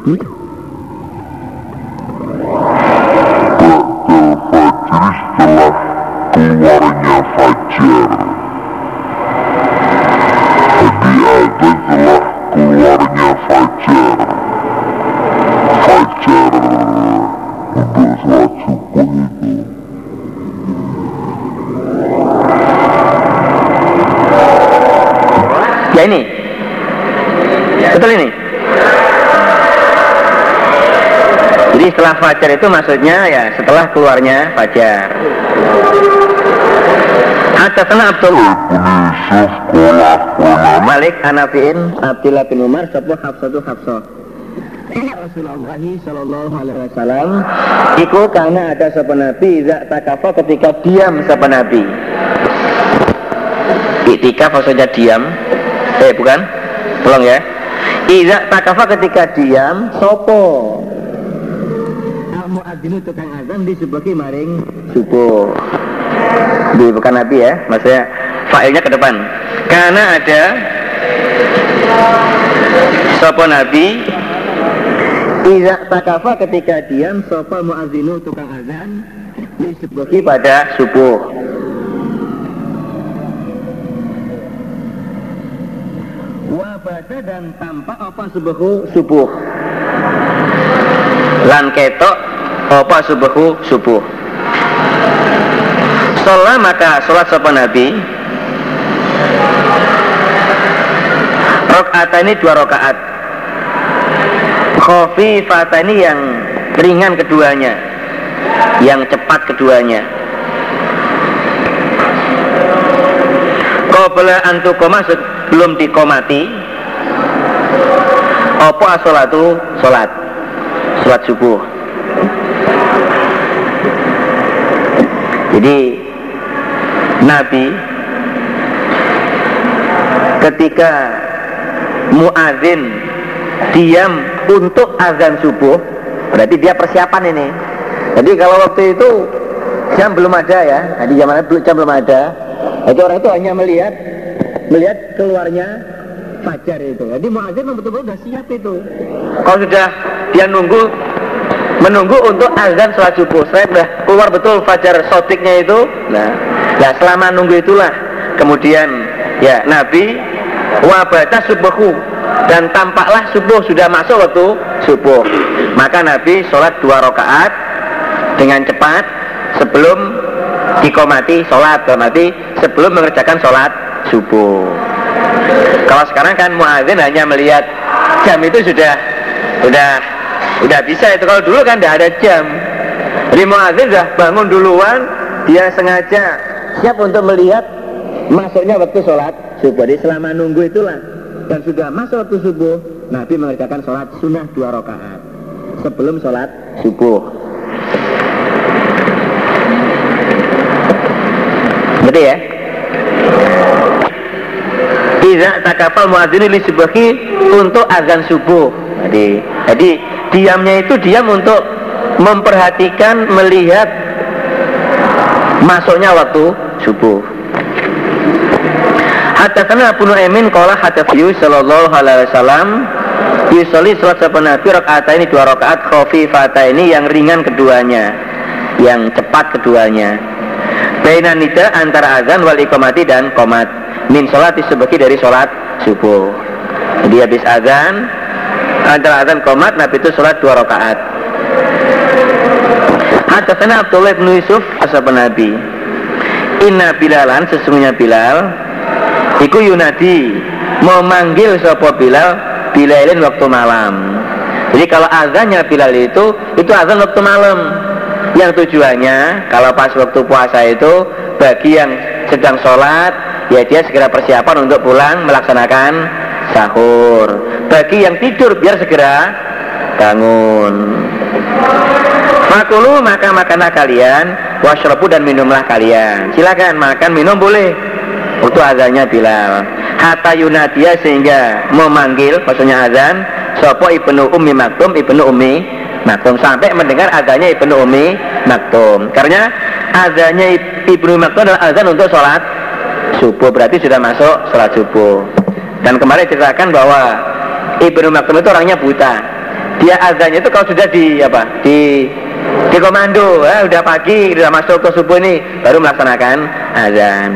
setelah keluarnya fajar. Jadi ada setelah keluarnya fajar. Fajar untuk sholat subuh itu. Ya ini, betul ini. Jadi setelah fajar itu maksudnya ya setelah keluarnya fajar. Hadatsana Abdul Malik Hanafiin Abdullah bin Umar sapa Hafsah. Rasulullah sallallahu alaihi wasallam iku kana ada sapa nabi iza takafa ketika diam sapa nabi. Iktikaf maksudnya diam. Bukan. Tolong ya. Iza takafa ketika diam sopo muadzinu tukang azan di sebelah maring subuh. Bukan nabi ya, maksudnya fa'ilnya ke depan. Karena ada sopo nabi iza takafa ketika diam sopo muadzinu tukang azan di sebelah pada subuh. Wabada dan tampak apa subuh lan ketok apa subuh. Sholat maka sholat sapa nabi rakaatani 2 rakaat khafifatani yang ringan keduanya, yang cepat keduanya. Qabla antukoma belum dikomati apa as-sholatu sholat subuh. Jadi Nabi ketika muadzin diam untuk azan subuh berarti dia persiapan ini. Jadi kalau waktu itu jam belum ada ya, di zaman jam belum ada, jadi orang itu hanya melihat keluarnya fajar itu. Jadi muadzin betul-betul sudah siap itu. Kalau sudah dia menunggu untuk azan sholat subuh, saya sudah keluar betul fajar sotiknya itu. Nah selama nunggu itulah kemudian ya Nabi wabata subuhku dan tampaklah subuh sudah masuk waktu subuh. Maka Nabi sholat 2 rakaat dengan cepat sebelum dikomati sholat, berarti sebelum mengerjakan sholat subuh. Kalau sekarang kan muadzin hanya melihat jam itu sudah bisa itu. Kalau dulu kan tidak ada jam. Jadi muadzin sudah bangun duluan, dia sengaja siap untuk melihat masuknya waktu sholat subuh. Jadi selama nunggu itulah dan sudah masuk waktu subuh, Nabi mengerjakan sholat sunnah 2 rakaat sebelum sholat subuh. Betul ya? Iza takafal muadzin li subuhi untuk azan subuh. Jadi diamnya itu diam untuk memperhatikan, melihat masuknya waktu subuh. Hadatsana Abu Nu'aimin qala hadatsana sallallahu alaihi wasallam yusolli salat saban nabi rakaataini 2 rakaat khafifataini yang ringan keduanya, yang cepat keduanya. Bainan nida antara azan wal iqamati dan qomat min sholati subuhi dari sholat subuh. Jadi habis azan, antara azan qomat Nabi itu sholat 2 rakaat. Hadatsana Abdullah bin Yusuf ashaban Nabi. Inna Bilalan sesungguhnya Bilal iku yunadi memanggil sapa Bilal bilailin waktu malam. Jadi kalau azannya Bilal itu azan waktu malam. Yang tujuannya kalau pas waktu puasa itu bagi yang sedang sholat ya dia segera persiapan untuk pulang melaksanakan sahur. Bagi yang tidur biar segera bangun. Makulu maka makanlah kalian, washrabu dan minumlah kalian. Silakan makan minum boleh. Waktu azannya Bilal. Hatta yunadia sehingga memanggil maksudnya azan sapa Ibnu Ummi Maktum sampai mendengar azannya Ibnu Ummi Maktum. Karena azannya Ibnu Maktum adalah azan untuk sholat subuh, berarti sudah masuk sholat subuh. Dan kemarin ceritakan bahwa Ibnu Maktum itu orangnya buta. dia azannya itu kalau sudah di komando, udah pagi, udah masuk ke subuh ini, baru melaksanakan azan.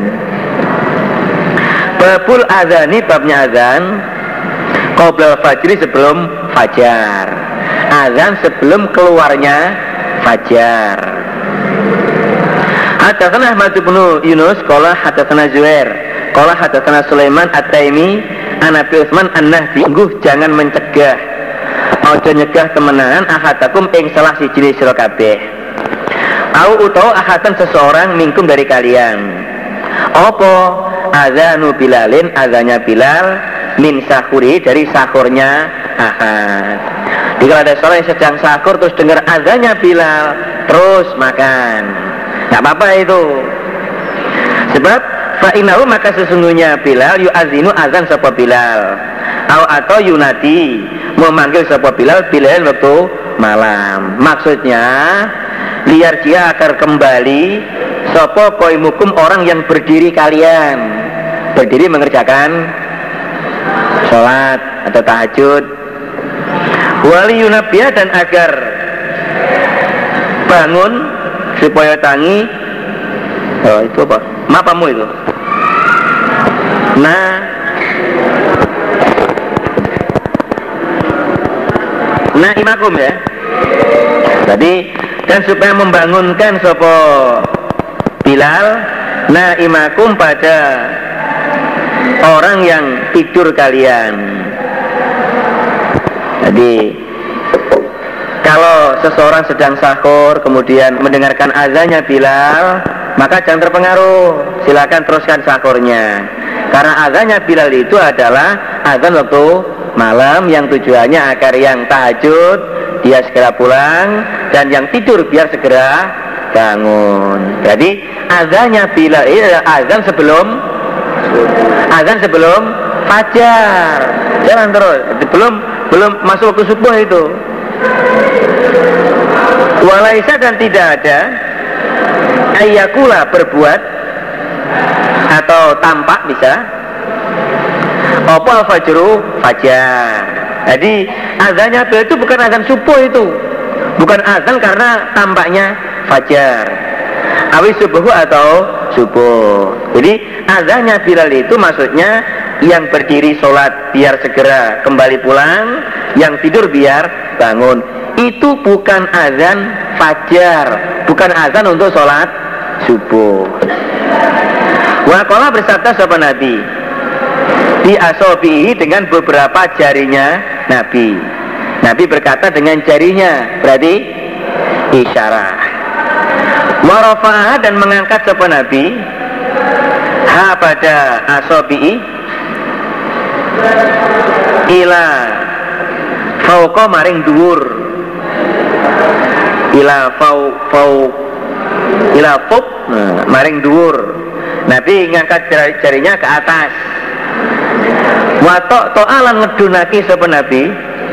Babul azani, babnya azan qoblal fajri, sebelum fajar. Azan sebelum keluarnya fajar. Hadatsana Ahmad bin Yunus qala hadatsana Zuhair qala hadatsana Sulaiman At-Taimi an Abi Utsman an-Nahdi. Jangan mencegah, ojo nyegah temenan ahadakum ing salah siji sira kabeh. Au utawa ahatan seseorang minkum dari kalian. Apa azanu Bilalin, azannya Bilal, min sahuri, dari sahurnya ahad. Jika ada seorang yang sedang sahur terus dengar azannya Bilal, terus makan, nggak apa-apa itu. Sebab fa'inahu, maka sesungguhnya Bilal yu'azinu, azan sapa Bilal, atau yunati, memanggil sapa Bilal Bilal waktu malam. Maksudnya liar dia agar kembali sapa qaimukum, orang yang berdiri kalian, berdiri mengerjakan sholat atau tahajud. Wali yunabiyah, dan agar bangun supaya tangi. Itu apa? Mapamu itu. Nah imakum ya. Jadi, dan supaya membangunkan sopo Bilal, nah imakum, pada orang yang tidur kalian. Jadi kalau seseorang sedang sahur kemudian mendengarkan azannya Bilal, maka jangan terpengaruh, silakan teruskan sahurnya. Karena azannya Bilal itu adalah azan waktu malam yang tujuannya agar yang tahajud dia segera pulang, dan yang tidur biar segera bangun. Jadi azannya Bilal ini adalah azan sebelum fajar. Jangan terus, belum masuk waktu subuh itu. Walaisa, dan tidak ada ayyakula, berbuat atau tampak bisa apa fajru, fajar. Jadi azannya Bilal itu bukan azan subuh, itu bukan azan karena tampaknya fajar, awis subuh atau subuh. Jadi azannya Bilal itu maksudnya yang berdiri sholat biar segera kembali pulang, yang tidur biar bangun. Itu bukan azan fajar, bukan azan untuk sholat subuh. Waqala, bersabda sapa Nabi di asobihi, dengan beberapa jarinya Nabi. Nabi berkata dengan jarinya, berarti isyarat. Warafa'ah, dan mengangkat sapa Nabi ha pada asobihi ila fauqa, maring dhuwur, ila fauq, maring dhuwur. Nabi ngangkat jarinya ke atas. Wa ta'alan ngedunaki sapa Nabi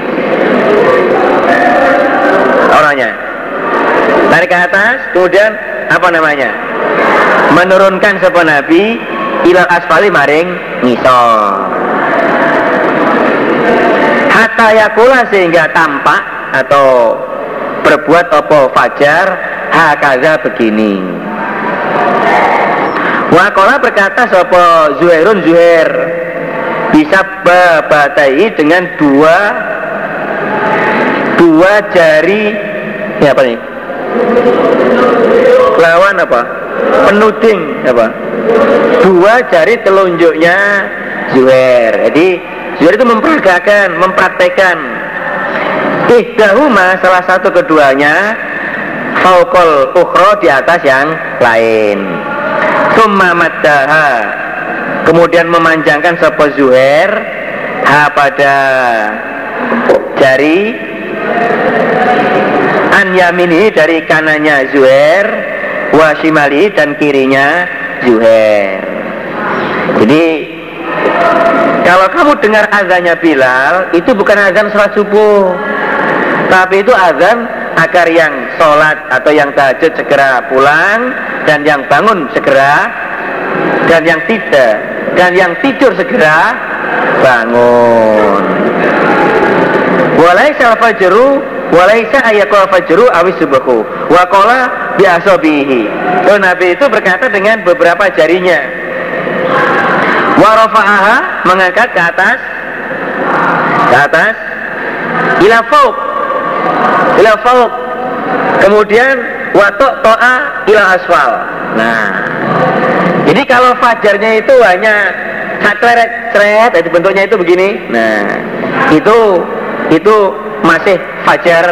orangnya tarik ke atas, kemudian apa namanya, menurunkan sapa Nabi ilal asfali, maring ngisor, hatta yakula, sehingga tampak atau berbuat apa fajar hakaza, begini. Waqala, berkata sapa Zuhairun, Zuhair, bisa babatai, dengan dua jari, ini apa nih? Lawan apa? Penuding apa? Dua jari telunjuknya Zuhair. Jadi Zuhair itu mempraktekkan ihdahuma, salah satu keduanya, fauqal ukhra, di atas yang lain. Summa maddaha, kemudian memanjangkan sapa Zuhair ha pada jari an yamini, dari kanannya Zuhair, wa shimali, dan kirinya Zuhair. Jadi kalau kamu dengar azannya Bilal, itu bukan azan sholat subuh, tapi itu azan agar yang sholat atau yang tahajud segera pulang, dan yang bangun segera, dan yang tidur segera bangun. Walaisa al-fajru walaisa ayaqul fajru awis subuhu wa qala bi asabihi. So, Nabi itu berkata dengan beberapa jarinya. Wa rafa'aha, mengangkat ke atas ila fauq. Kemudian wa ta'a ila asfal. Nah, jadi kalau fajarnya itu hanya ceret, jadi bentuknya itu begini. Nah, itu masih fajar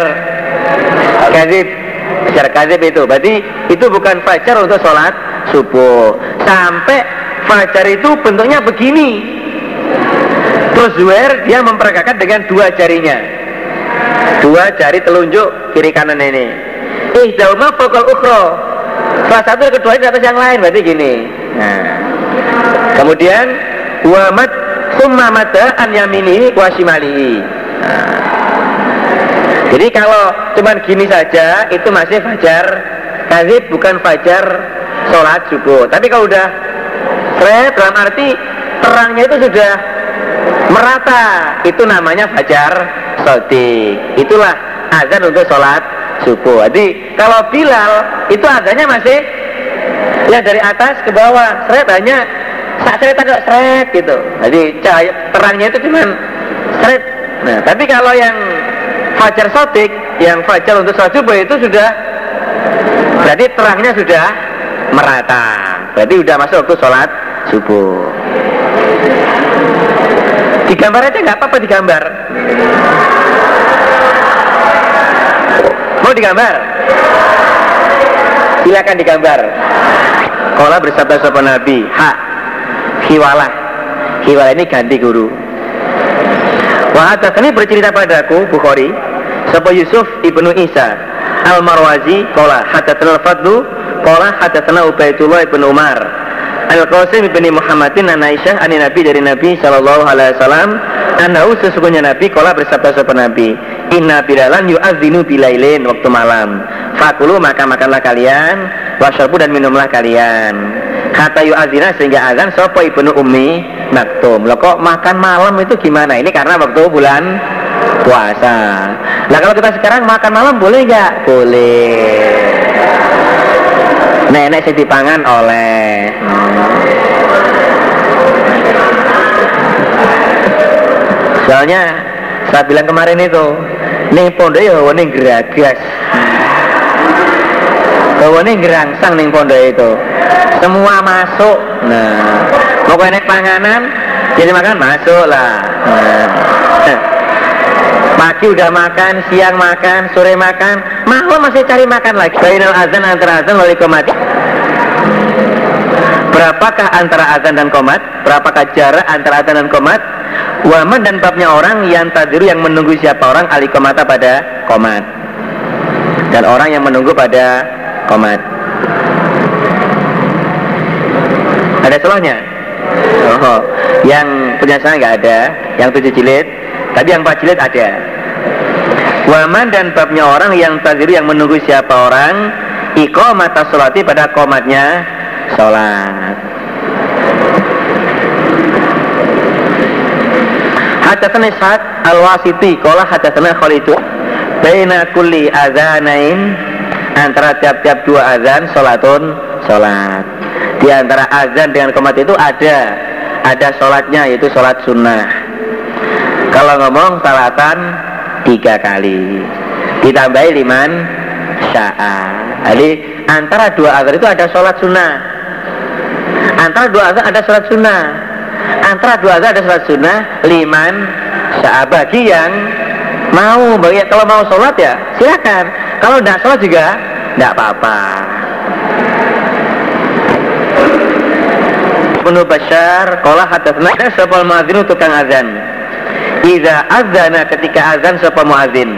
kadzib itu. Berarti itu bukan fajar untuk sholat subuh. Sampai fajar itu bentuknya begini. Terus zuhair dia memperagakan dengan dua jarinya, dua jari telunjuk kiri kanan ini. Ihdauma fawqal ukhra. Salah satu kedua di atas yang lain, berarti gini. Nah, kemudian wa mad summa mada an yaminihi wa shimalihi. Nah, jadi kalau cuman gini saja itu masih fajar kadzib, bukan fajar sholat subuh. Tapi kalau udah seret, dalam arti terangnya itu sudah merata, itu namanya fajar shadiq. Itulah azan untuk sholat subuh. Jadi kalau Bilal itu azannya masih ya dari atas ke bawah, seret, hanya seret gitu. Jadi cahaya terangnya itu cuman seret. Nah, tapi kalau yang fajar shadiq, yang fajar untuk sholat subuh itu sudah, berarti terangnya sudah merata, berarti sudah masuk waktu sholat subuh. Digambar aja nggak apa-apa, digambar. Mau digambar? Silakan digambar. Qala bersabda sahabat Nabi, khiwalah ini ganti guru. Wa hadatsani bercerita padaku Bukhari sapa Yusuf ibnu Isa al-Marwazi qala hadatsana al-Fadlu qala hadatsana Ubaidullah ibnu Umar Al-Qasim ibni Muhammadin an Aisyah ani Nabi, dari Nabi sallallahu alaihi wasallam, annahu sesungguhnya Nabi qala bersabda sahabat Nabi, inna bilalan yu'adzinu bilailin, waktu malam, fakulu maka makanlah kalian, wasyrabu dan minumlah kalian, kata yu'adzina sehingga azan sapa ibnu Ummi Maktum. Loh, kok makan malam itu gimana? Ini karena waktu bulan puasa. Nah, kalau kita sekarang makan malam boleh nggak? Boleh. Nenek sing dipangan oleh. Soalnya saya bilang kemarin itu, ning pondok ya ning geragas. Ning gerangsang ning pondok itu. Semua masuk. Nah, pokoknya panganan jadi makan masuk lah. Pagi udah makan, siang makan, sore makan, malam masih cari makan lagi. Bainal azan, antara azan wal iqamat. Berapakah antara azan dan qomat? Berapakah jarak antara azan dan qomat? Waman, dan babnya orang yang tadiru, yang menunggu siapa orang al-iqamata pada qomat, dan orang yang menunggu pada qomat. Ada salahnya? Oh, yang penjelasan nggak ada, yang 7 jilid, tapi yang 4 jilid ada. Waman, dan babnya orang yang tadiru, yang menunggu siapa orang iqamata sholati, pada qomatnya sholat. Hadatsana Ishaq al-Wasiti qala hadatsana Khalidu baina kulli adzanain, antara tiap-tiap dua azan sholatun, sholat. Di antara azan dengan qomat itu ada sholatnya, yaitu sholat sunnah. Kalau ngomong salatan 3 kali, ditambahi liman sya'a. Jadi antara dua azan itu ada sholat sunnah. Antara dua azan ada sholat sunnah. Antara dua azan ada sholat sunnah liman sya'a, bagi yang mau. Kalau mau sholat ya silakan. Kalau tidak sholat juga tidak apa-apa. Ibnu Bashar qala hadatsana sapa muadzin, tukang azan, idza adzana, ketika azan sapa muadzin,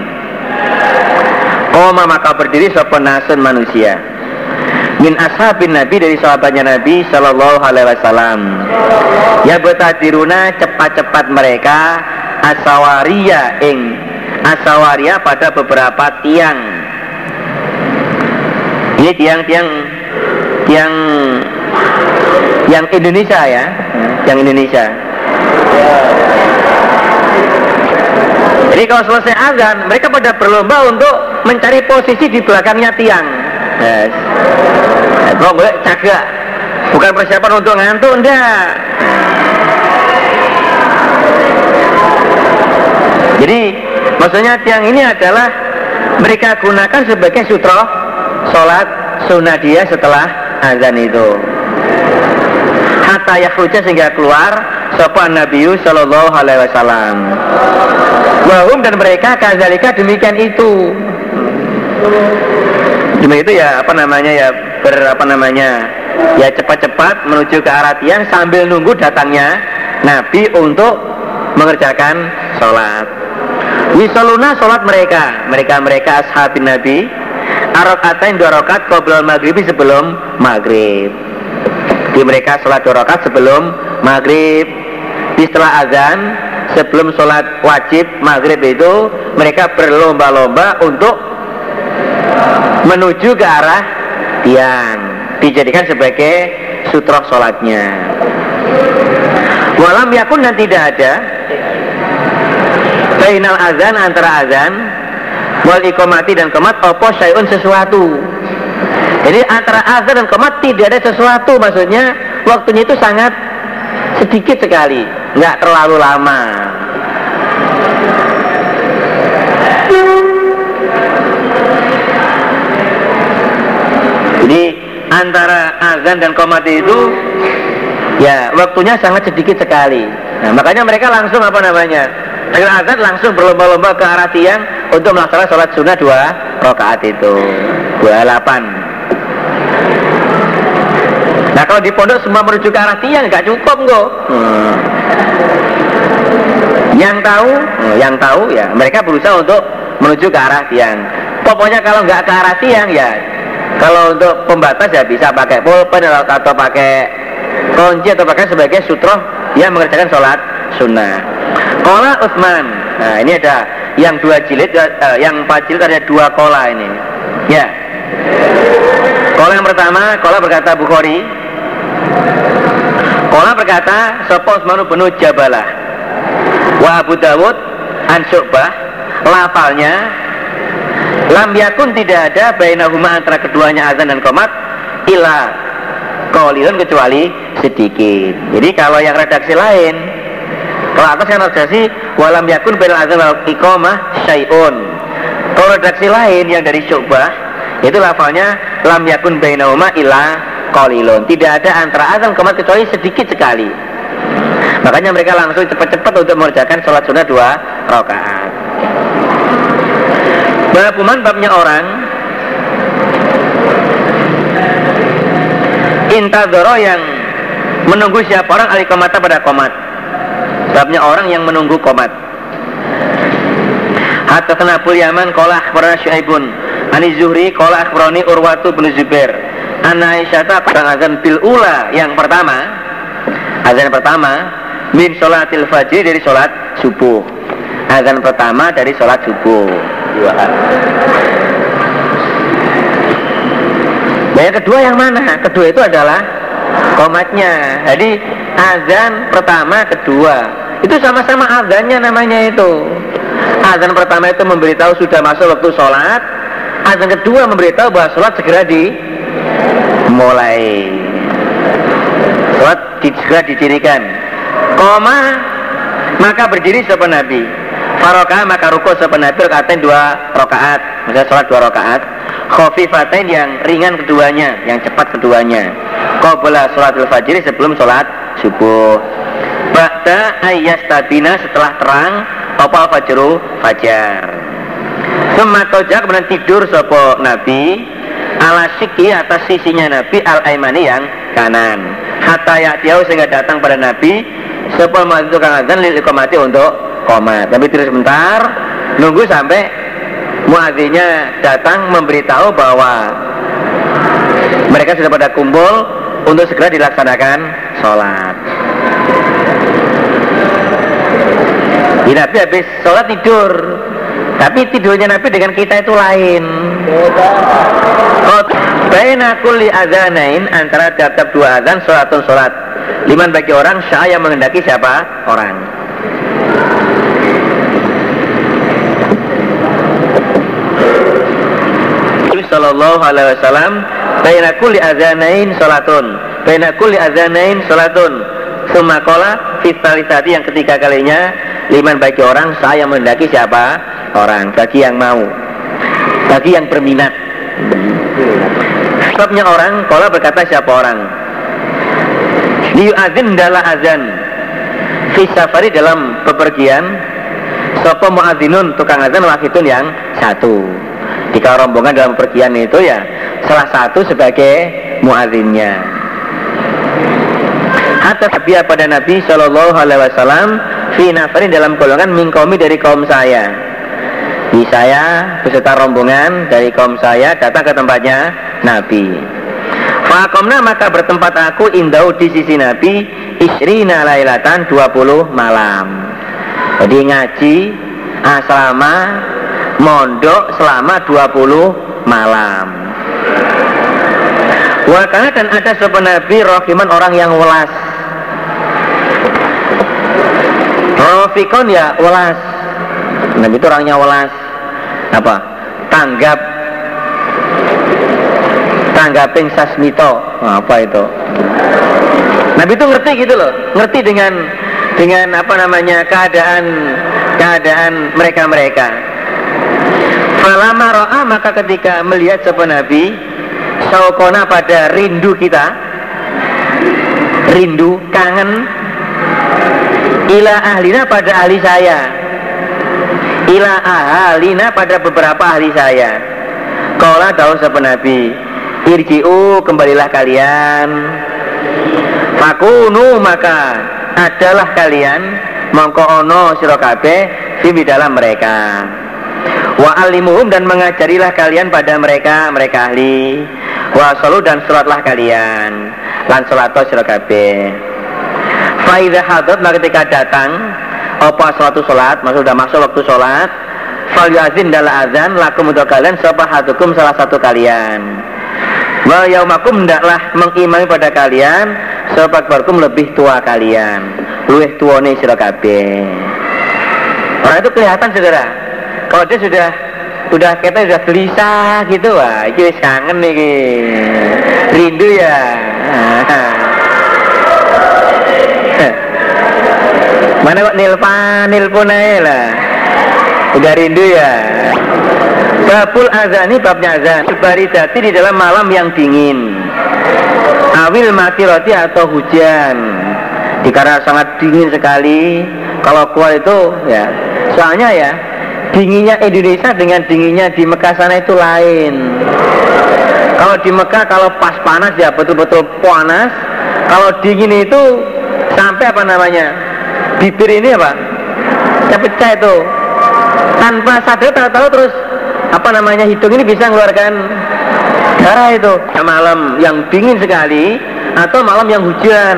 qoma maka berdiri sapa nasun manusia, min ashabin Nabi, dari sahabatnya Nabi sallallahu alaihi wasallam, ya betadiruna, cepat-cepat mereka, asawaria ing asawaria, pada beberapa tiang. Ini tiang yang Indonesia ya, yang Indonesia. Jadi kalau selesai azan, mereka pada berlomba untuk mencari posisi di belakangnya tiang. Yes. Kalau boleh cagak, bukan persiapan untuk ngantuk, enggak. Jadi maksudnya tiang ini adalah mereka gunakan sebagai sutro sholat sunnah dia setelah azan itu. Hatta yakhruja, sehingga keluar sapa Nabi sallallahu alaihi wasallam. Wahum, dan mereka kadzalika, demikian itu. Demikian itu ya ya cepat-cepat menuju ke arah tiang sambil nunggu datangnya Nabi untuk mengerjakan sholat. Wisaluna, sholat mereka ashabin Nabi arokaatain 2 rakaat qoblal maghribi, sebelum maghrib. Jadi mereka sholat 2 rakaat sebelum maghrib. Setelah azan, sebelum sholat wajib maghrib itu mereka berlomba-lomba untuk menuju ke arah tiang, dijadikan sebagai sutroh sholatnya. Walam yakun, dan tidak ada bainal azan, antara azan wal iqamati, dan qomat, apa syai'un, sesuatu. Jadi antara azan dan qomat tidak ada sesuatu, maksudnya waktunya itu sangat sedikit sekali, nggak terlalu lama. Jadi antara azan dan qomat itu ya waktunya sangat sedikit sekali. Nah, makanya mereka langsung dengan azan langsung berlomba-lomba ke arah tiang untuk melaksanakan sholat sunnah 2 rakaat itu 28. Nah, kalau di pondok semua menuju ke arah tiang nggak cukup kok. Yang tahu ya mereka berusaha untuk menuju ke arah tiang. Pokoknya kalau nggak ke arah tiang ya, kalau untuk pembatas ya bisa pakai pulpen atau pakai kunci atau pakai sebagai sutroh yang mengerjakan sholat sunnah. Kola Utsman. Nah, ini ada yang 2 jilid, yang 4 jilid ada 2 kola ini. Ya. Kola yang pertama, kola berkata Bukhari. Kola berkata sapa Utsman bin Jabalah. Wa Abu Dawud an Syu'bah, lafalnya lam yakun, tidak ada bainahuma, antara keduanya azan dan qomat, illa qalilun, kecuali sedikit. Jadi kalau yang redaksi lain, kalau atas kan redaksi walam yakun bainal azan wal iqamah syai'un. Kalau redaksi lain yang dari Syu'bah itu lafalnya lam yakun bainahuma illa qalilun, tidak ada antara azan qomat kecuali sedikit sekali. Makanya mereka langsung cepat-cepat untuk mengerjakan sholat sunnah 2 rakaat. Babuman, babnya orang intadzara, yang menunggu siapa orang al-iqamata, pada qomat. Babnya orang yang menunggu qomat. Hadatsana Abul Yaman qala akhbarana Syu'aibun ani Zuhri qala akhbarani Urwatu bin Zubair anna Aisyah pada azan bil ula, yang pertama, azan pertama min sholatil fajr, dari sholat subuh. Azan pertama dari sholat subuh. Nah, yang kedua yang mana? Kedua itu adalah qomatnya. Jadi azan pertama, kedua itu sama-sama azannya namanya itu. Azan pertama itu memberitahu sudah masuk waktu sholat. Azan kedua memberitahu bahwa sholat segera dimulai. Sholat segera didirikan. Koma, maka berdiri sapa Nabi. Faroka, maka ruku sapa Nabi, rakaatain 2 rakaat. Maksudnya sholat 2 rakaat. Khafifatain, yang ringan keduanya, yang cepat keduanya. Qabla sholatul fajr, sebelum sholat subuh. Ba'da ayyastabina, setelah terang apa fajru, fajar. Sematoja, kemudian tidur sapa Nabi ala syiki, atas sisinya Nabi, al-aimani, yang kanan. Hatta ya'tiyau, sehingga datang pada Nabi sepul ma'adzul kang azan lil iqamati, untuk qomat. Tapi terus sebentar, nunggu sampai muadzinnya datang memberitahu bahwa mereka sudah pada kumpul untuk segera dilaksanakan sholat. Jadi Nabi habis sholat tidur, tapi tidurnya Nabi dengan kita itu lain. Baina kulli adzanain, antara tiap-tiap 2 azan sholatun sholat. Liman, bagi orang sya yang menghendaki siapa orang. sallallahu alaihi wasallam, baina kulli adzanain salatun. Baina kulli adzanain salatun. Tsumma qala fi tsalitsati, yang ketiga kalinya, liman bagi orang, saya mendaki siapa? Orang, bagi yang mau, bagi yang berminat. Sebabnya orang, qala berkata siapa orang? Liyu'adzin dala azan fi safari, dalam bepergian, sapa muadzinun, tukang azan, wahidun, yang satu. Jika rombongan dalam bepergian itu ya salah satu sebagai muadzinnya. Hatta tabi'a, pada Nabi sallallahu alaihi wasallam, fi nafarin, dalam golongan, min qaumi, dari kaum saya. Di saya beserta rombongan dari kaum saya datang ke tempatnya Nabi. Faqamna, maka bertempat aku, indau, di sisi Nabi, isrina lailatan, 20 malam. Jadi ngaji asrama mondok selama 20 malam. Wa kana, dan ada seorang Nabi rahiman, orang yang welas. Rafiqon, ya welas. Nabi itu orangnya welas. Apa? Tanggaping sasmito. Apa itu? Nabi itu ngerti gitu loh, ngerti dengan apa namanya, keadaan mereka. Falama ro'a, maka ketika melihat sebuah Nabi, saukona, pada rindu kita, rindu, kangen, ila ahlina, pada ahli saya, ila ahlina, pada beberapa ahli saya. Qala, dawuh sebuah Nabi, irji'u, kembalilah kalian, fakunu, maka adalah kalian, mongko ono sira kabeh, fi dalam mereka, wa alimuhum, dan mengajarilah kalian pada mereka ahli, wa shalu, dan salatlah kalian, lan salato sira kabeh. Fa idza hadat, maka ketika datang apa salatu salat, maksud sudah masuk waktu salat, fal yu'adzin, dala azan, lakum, untuk kalian, sapa hadukum, salah satu kalian, wa yaumakum, ndaklah mengimami pada kalian, sapa barkum, lebih tua kalian, luwih tuane sira kabeh. Orang itu kelihatan, saudara, kalau dia sudah kita sudah gelisah gitu, wah iki wis kangen iki, rindu ya. Mana kok nilpon aja lah, udah rindu ya. Babul azani, babnya azan, subaridati, di dalam malam yang dingin, awil mati roti, atau hujan. Karena sangat dingin sekali kalau keluar itu ya, soalnya ya dinginnya Indonesia dengan dinginnya di Mekah sana itu lain. Kalau di Mekah kalau pas panas ya betul-betul panas, kalau dingin itu sampai apa namanya, bibir ini apa, pecah itu, tanpa sadar tahu-tahu terus apa namanya, hidung ini bisa mengeluarkan darah itu. Malam yang dingin sekali atau malam yang hujan.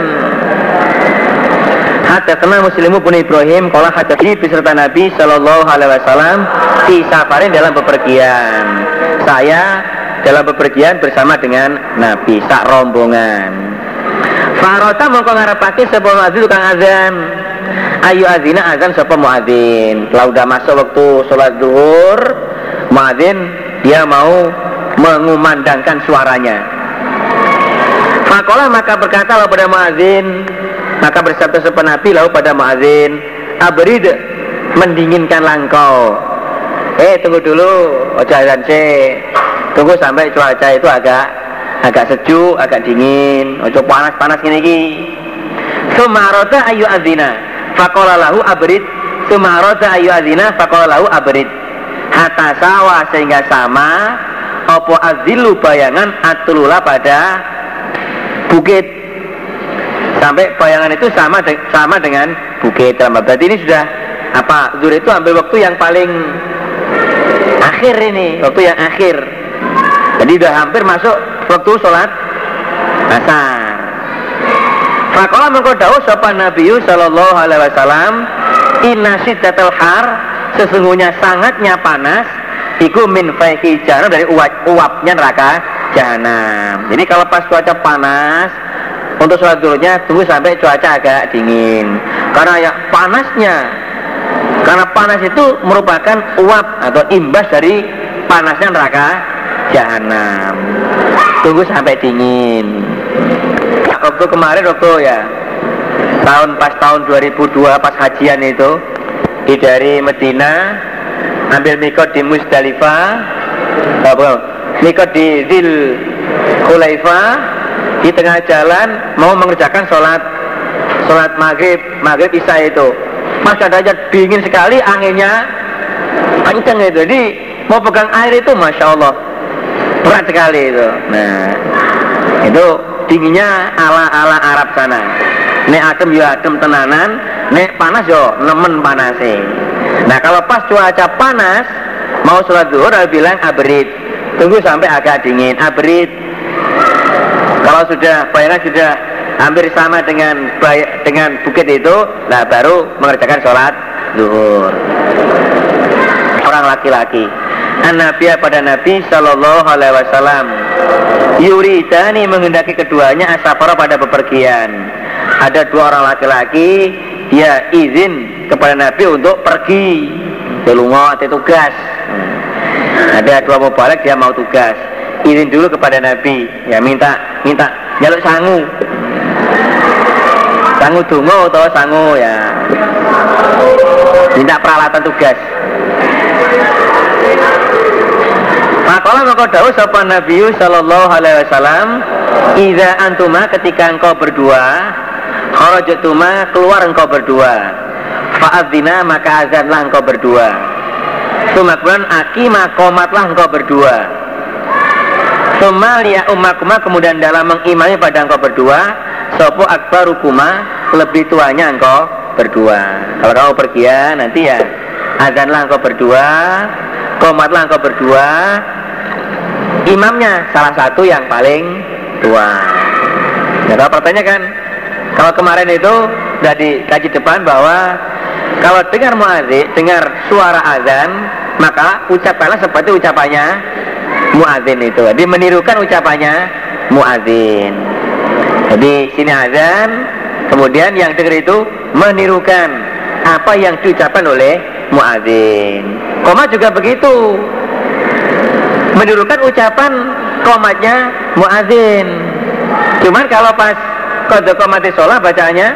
Hadatsana Muslimu bin Ibrahim qala hadatsani beserta Nabi sallallahu alaihi wasallam fi safarin, dalam bepergian. Saya dalam bepergian bersama dengan Nabi, sak rombongan. Farota, mongko ngarepake sapa muadzin, tukang azan, ayu azina, azan sapa muadzin. Kalau udah masuk waktu sholat zuhur, muadzin dia mau mengumandangkan suaranya. Faqala, maka berkata pada muadzin, maka bersabda sapa Nabi lahu pada muadzin, abrid, mendinginkanlah engkau. Tunggu dulu, ojo azan sih. Tunggu sampai cuaca itu agak sejuk, agak dingin, ojo panas-panas gini iki. Sumarota ayu azina, faqala lahu abrid. Sumarota ayu azina, faqala lahu abrid. Hatta sawa, sehingga sama opo azilu, bayangan, atulula, pada bukit, sampai bayangan itu sama dengan bukit. Berarti ini sudah apa, zuhur itu ambil waktu yang paling akhir, ini waktu yang akhir. Jadi sudah hampir masuk waktu sholat asar. Faqala, mengko dawuh sapa Nabi sallallahu alaihi wasallam, inna syiddatal har, sesungguhnya sangatnya panas, iku min faihi jahannam, dari uapnya neraka jahanam. Jadi kalau pas cuaca panas, untuk sholat zuhurnya tunggu sampai cuaca agak dingin. Karena ya panasnya, karena panas itu merupakan uap atau imbas dari panasnya neraka jahanam. Tunggu sampai dingin. Waktu kemarin ya pas tahun 2002 pas hajian itu dari Medina ambil mikot di Musdalifah, mikot di Dzul Khulaifah, di tengah jalan mau mengerjakan sholat maghrib isya itu. Mas adanya dingin sekali, anginnya kenceng itu. Jadi mau pegang air itu masya Allah berat sekali itu. Nah itu dinginnya ala Arab sana. Nek adem ya adem tenanan, nek panas yo nemen panase. Nah kalau pas cuaca panas mau sholat zuhur dia bilang abrid, tunggu sampai agak dingin, abrid. Kalau sudah bayangan sudah hampir sama dengan bukit itu, nah baru mengerjakan sholat zuhur. Orang laki-laki. An-Nabiya pada Nabi Sallallahu Alaihi Wasallam yuridani menghendaki keduanya asafara pada bepergian. Ada dua orang laki-laki, dia izin kepada Nabi untuk pergi belungo atau tugas. Ada dua mubalek, dia mau tugas, izin dulu kepada Nabi, ya minta jaluk sangu dungo atau sangu ya, minta peralatan tugas. Maka dawuh sapa Nabi sallallahu alaihi wasallam, "Idza antuma ketika engkau berdua, kharajatuma keluar engkau berdua, fa'adzina maka azanlah engkau berdua. Sumakban aqima qomatlah engkau berdua. Summa liya ummakuma kemudian dalam mengimami pada engkau berdua, sapa akbarukuma lebih tuanya engkau berdua." Kalau kamu pergian nanti ya azanlah engkau berdua, qomatlah engkau berdua, imamnya salah satu yang paling tua. Nah kalau pertanyaan kan, kalau kemarin itu sudah dikaji depan bahwa kalau dengar muadzin, dengar suara azan, maka ucapanlah seperti ucapannya muadzin itu. Jadi menirukan ucapannya muadzin. Jadi sini azan, kemudian yang dengar itu menirukan apa yang diucapkan oleh muadzin. Qomat juga begitu, menirukan ucapan qomatnya muadzin. Cuman kalau pas qad qamati sholat bacanya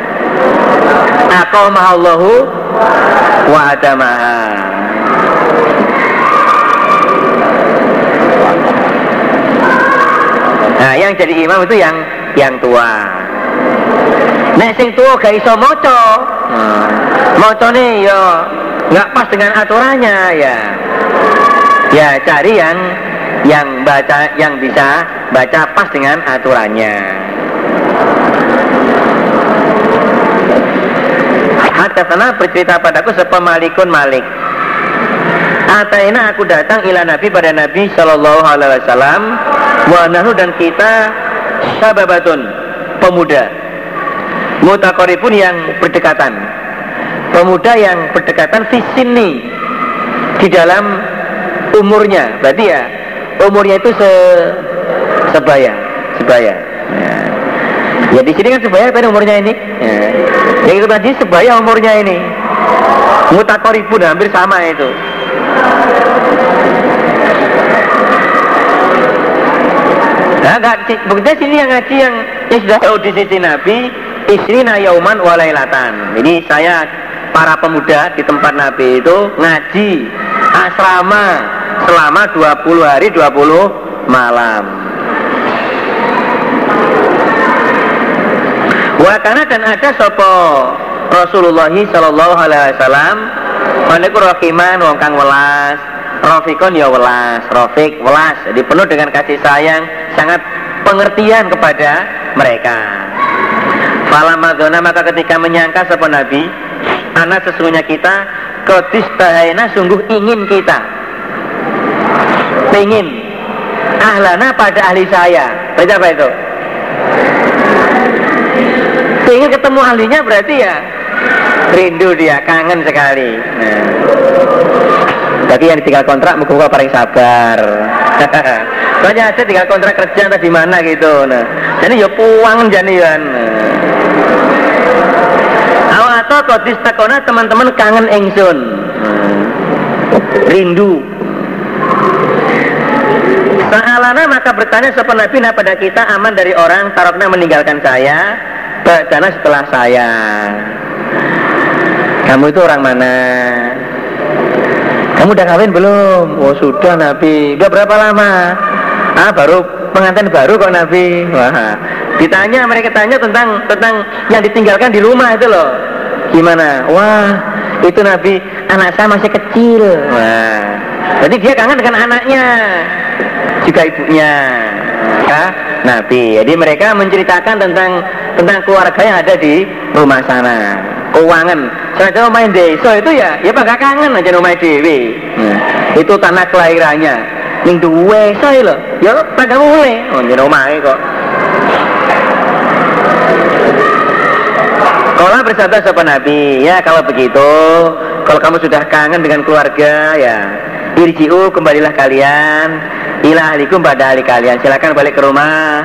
aqamahallahu wa adamaha. Nah yang jadi imam itu yang tua. Nek sing tua gak iso maca, macane ya nggak pas dengan aturannya ya cari yang baca, yang bisa baca pas dengan aturannya. Hadatsana bercerita padaku sepemalikun Malik. Ataina aku datang ila Nabi pada Nabi sallallahu alaihi wasallam wa nahnu dan kita sababatun pemuda mutaqarribun yang berdekatan. Pemuda yang berdekatan fisini di dalam umurnya, berarti ya umurnya itu sebaya. Ya di sini kan sebaya pada umurnya ini. Ya itu tadi sebaya umurnya ini. Mutaqarribun hampir sama itu. Nah, buktinya sini yang ngaji yang sudah tahu di sisi Nabi, isrina yauman walailatan. Jadi saya para pemuda di tempat Nabi itu ngaji asrama selama 20 hari 20 malam. Wakana dan ada sopo Rasulullah sallallahu alaihi wasallam maniku rahiman wong kang welas, rafiqon ya welas, rafiq welas, jadi penuh dengan kasih sayang, sangat pengertian kepada mereka. Falamadzona maka ketika menyangka sapa Nabi, anak sesungguhnya kita qadistahayna sungguh ingin kita, ingin ahlana pada ahli saya. Berarti apa itu? Ingin ketemu ahlinya berarti ya rindu dia, kangen sekali. Nah, bagi yang tinggal kontrak muka-muka paling sabar. Soalnya ada tinggal kontrak kerja entah di mana gitu. Nah, jadi ya puangan janian. Atau kodis takona teman-teman kangen engsun, rindu. Sa'alana maka bertanya sapa Nabi pada kita aman dari orang tarokna meninggalkan saya ba'dana setelah saya. Kamu itu orang mana? Kamu udah kawin belum? Oh sudah Nabi. Udah berapa lama? Baru pengantin baru kok Nabi. Wah, ditanya, mereka tanya tentang yang ditinggalkan di rumah itu loh. Gimana? Wah, itu Nabi, anak saya masih kecil. Wah, jadi dia kangen dengan anaknya, juga ibunya. Ya, Nabi. Jadi mereka menceritakan tentang keluarga yang ada di rumah sana. Keuangan. Saya main desa itu ya bakal kangen aja rumah dewi. Itu tanah kelahirannya. Ning duwe saya loh. Ya pada mulai. Oh jadi rumahnya kok. Kalau bersabda sapa Nabi, ya kalau begitu, kalau kamu sudah kangen dengan keluarga, ya irji'u, kembalilah kalian ila ahlikum, pada ahli kalian. Silakan balik ke rumah.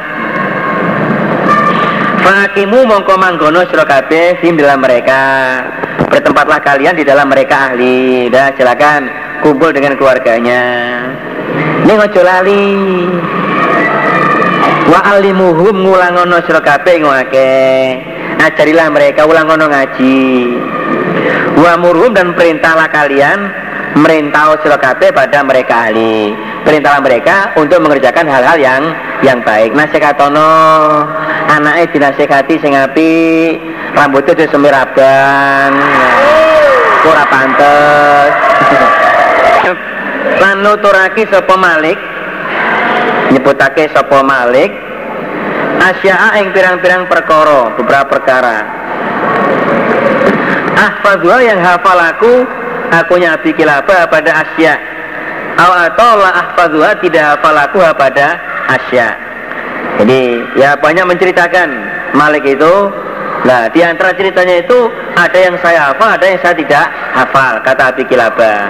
Fakimu mongko manggono sira kabeh sim dalam mereka. Bertempatlah kalian di dalam mereka ahli. Dah silakan kumpul dengan keluarganya. Ning aja lali. Wa alimuhum ngulangono sira kabeh ngake. Ajarilah mereka ulangono ngaji. Wa murhum, dan perintahlah kalian merintah sira kabeh pada mereka ahli. Perintahlah mereka untuk mengerjakan hal-hal yang baik. Nasekatono, anake dinasekati sing apik, rambutnya disemiraban, ora pantes. Lan nuturake sapa Malik, nyebutake sapa Malik asya'a ing pirang-pirang perkara, beberapa perkara. Ahfadwa yang hafal aku nyabi kilaba pada asya. Atau la ahfadwa tidak hafal aku pada asya. Jadi ya banyak menceritakan Malik itu. Nah di antara ceritanya itu ada yang saya hafal, ada yang saya tidak hafal. Kata Abi Kilabah.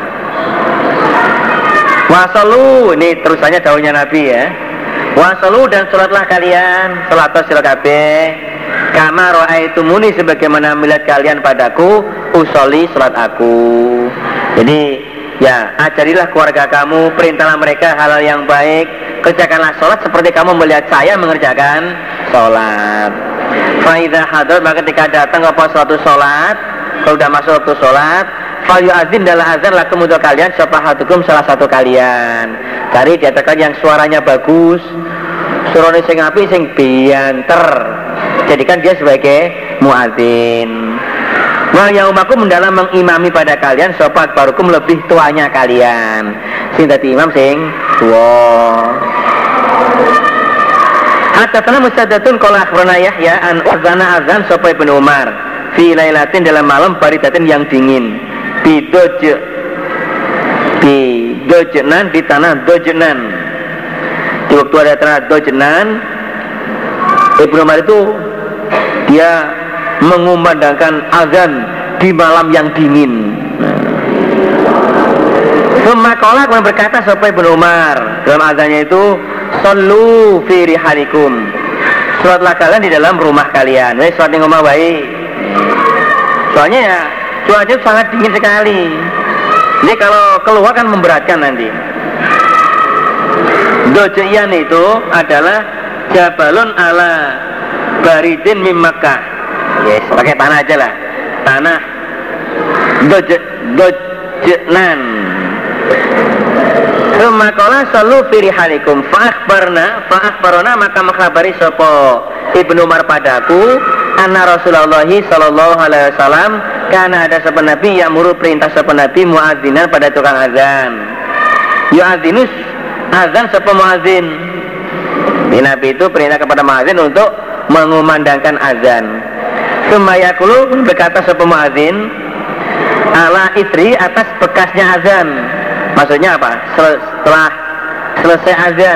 Wasalu, ini terusannya daunnya Nabi ya. Wasalu, dan sholatlah kalian, sholat sira kabeh, kama ra'aitumuni, sebagaimana melihat kalian padaku usolli, sholat aku. Jadi ya ajarilah keluarga kamu, perintahlah mereka hal yang baik, kerjakanlah sholat seperti kamu melihat saya mengerjakan sholat. Faidah hadar, maka ketika datang apa suatu sholat, kalau sudah masuk waktu sholat, falyu'adzin, dalam azan lakum untuk kalian sapahadukum, salah satu kalian. Cari diatakan yang suaranya bagus, suaranya sing apik, sing bianter, jadikan dia sebagai muadzin. Wa yaumakum, mendalam mengimami pada kalian sopat barukum, lebih tuanya kalian. Sing dadi imam sing tuwa. Hatta musaddatun qala akhbarana Yahya an wazana azan sapa Ibnu Umar fi lailatin, dalam malam baridatin yang dingin, bidojnan, di tanah dojnan. Di waktu ada tanah dojnan, Ibnu Umar itu dia mengumandangkan azan di malam yang dingin. Semakola kemudian berkata sampai Ibnu Umar dalam azannya itu, sallu fi rihalikum, sholatlah kalian di dalam rumah kalian. Wes sholat di rumah baik. Soalnya ya cuaca sangat dingin sekali. Jadi kalau keluar kan memberatkan nanti. Dojian itu adalah jabalun ala baridin mim Makkah. Yes, pakai tanah aja lah. Tanah dojnan. Semakola sallu fi rihalikum fa'akhbarna, maka mengkhabari sapa Ibnu Umar padaku anna Rasulullah sallallahu alaihi wasallam karena ada sapa Nabi yang muru perintah sapa Nabi muadzinan pada tukang azan. Yu'adzinus, azan sapa muadzin. Nabi itu perintah kepada muadzin untuk mengumandangkan azan. Sumayakulu, berkata sapa muadzin ala isri, atas bekasnya azan. Maksudnya apa? Setelah selesai azan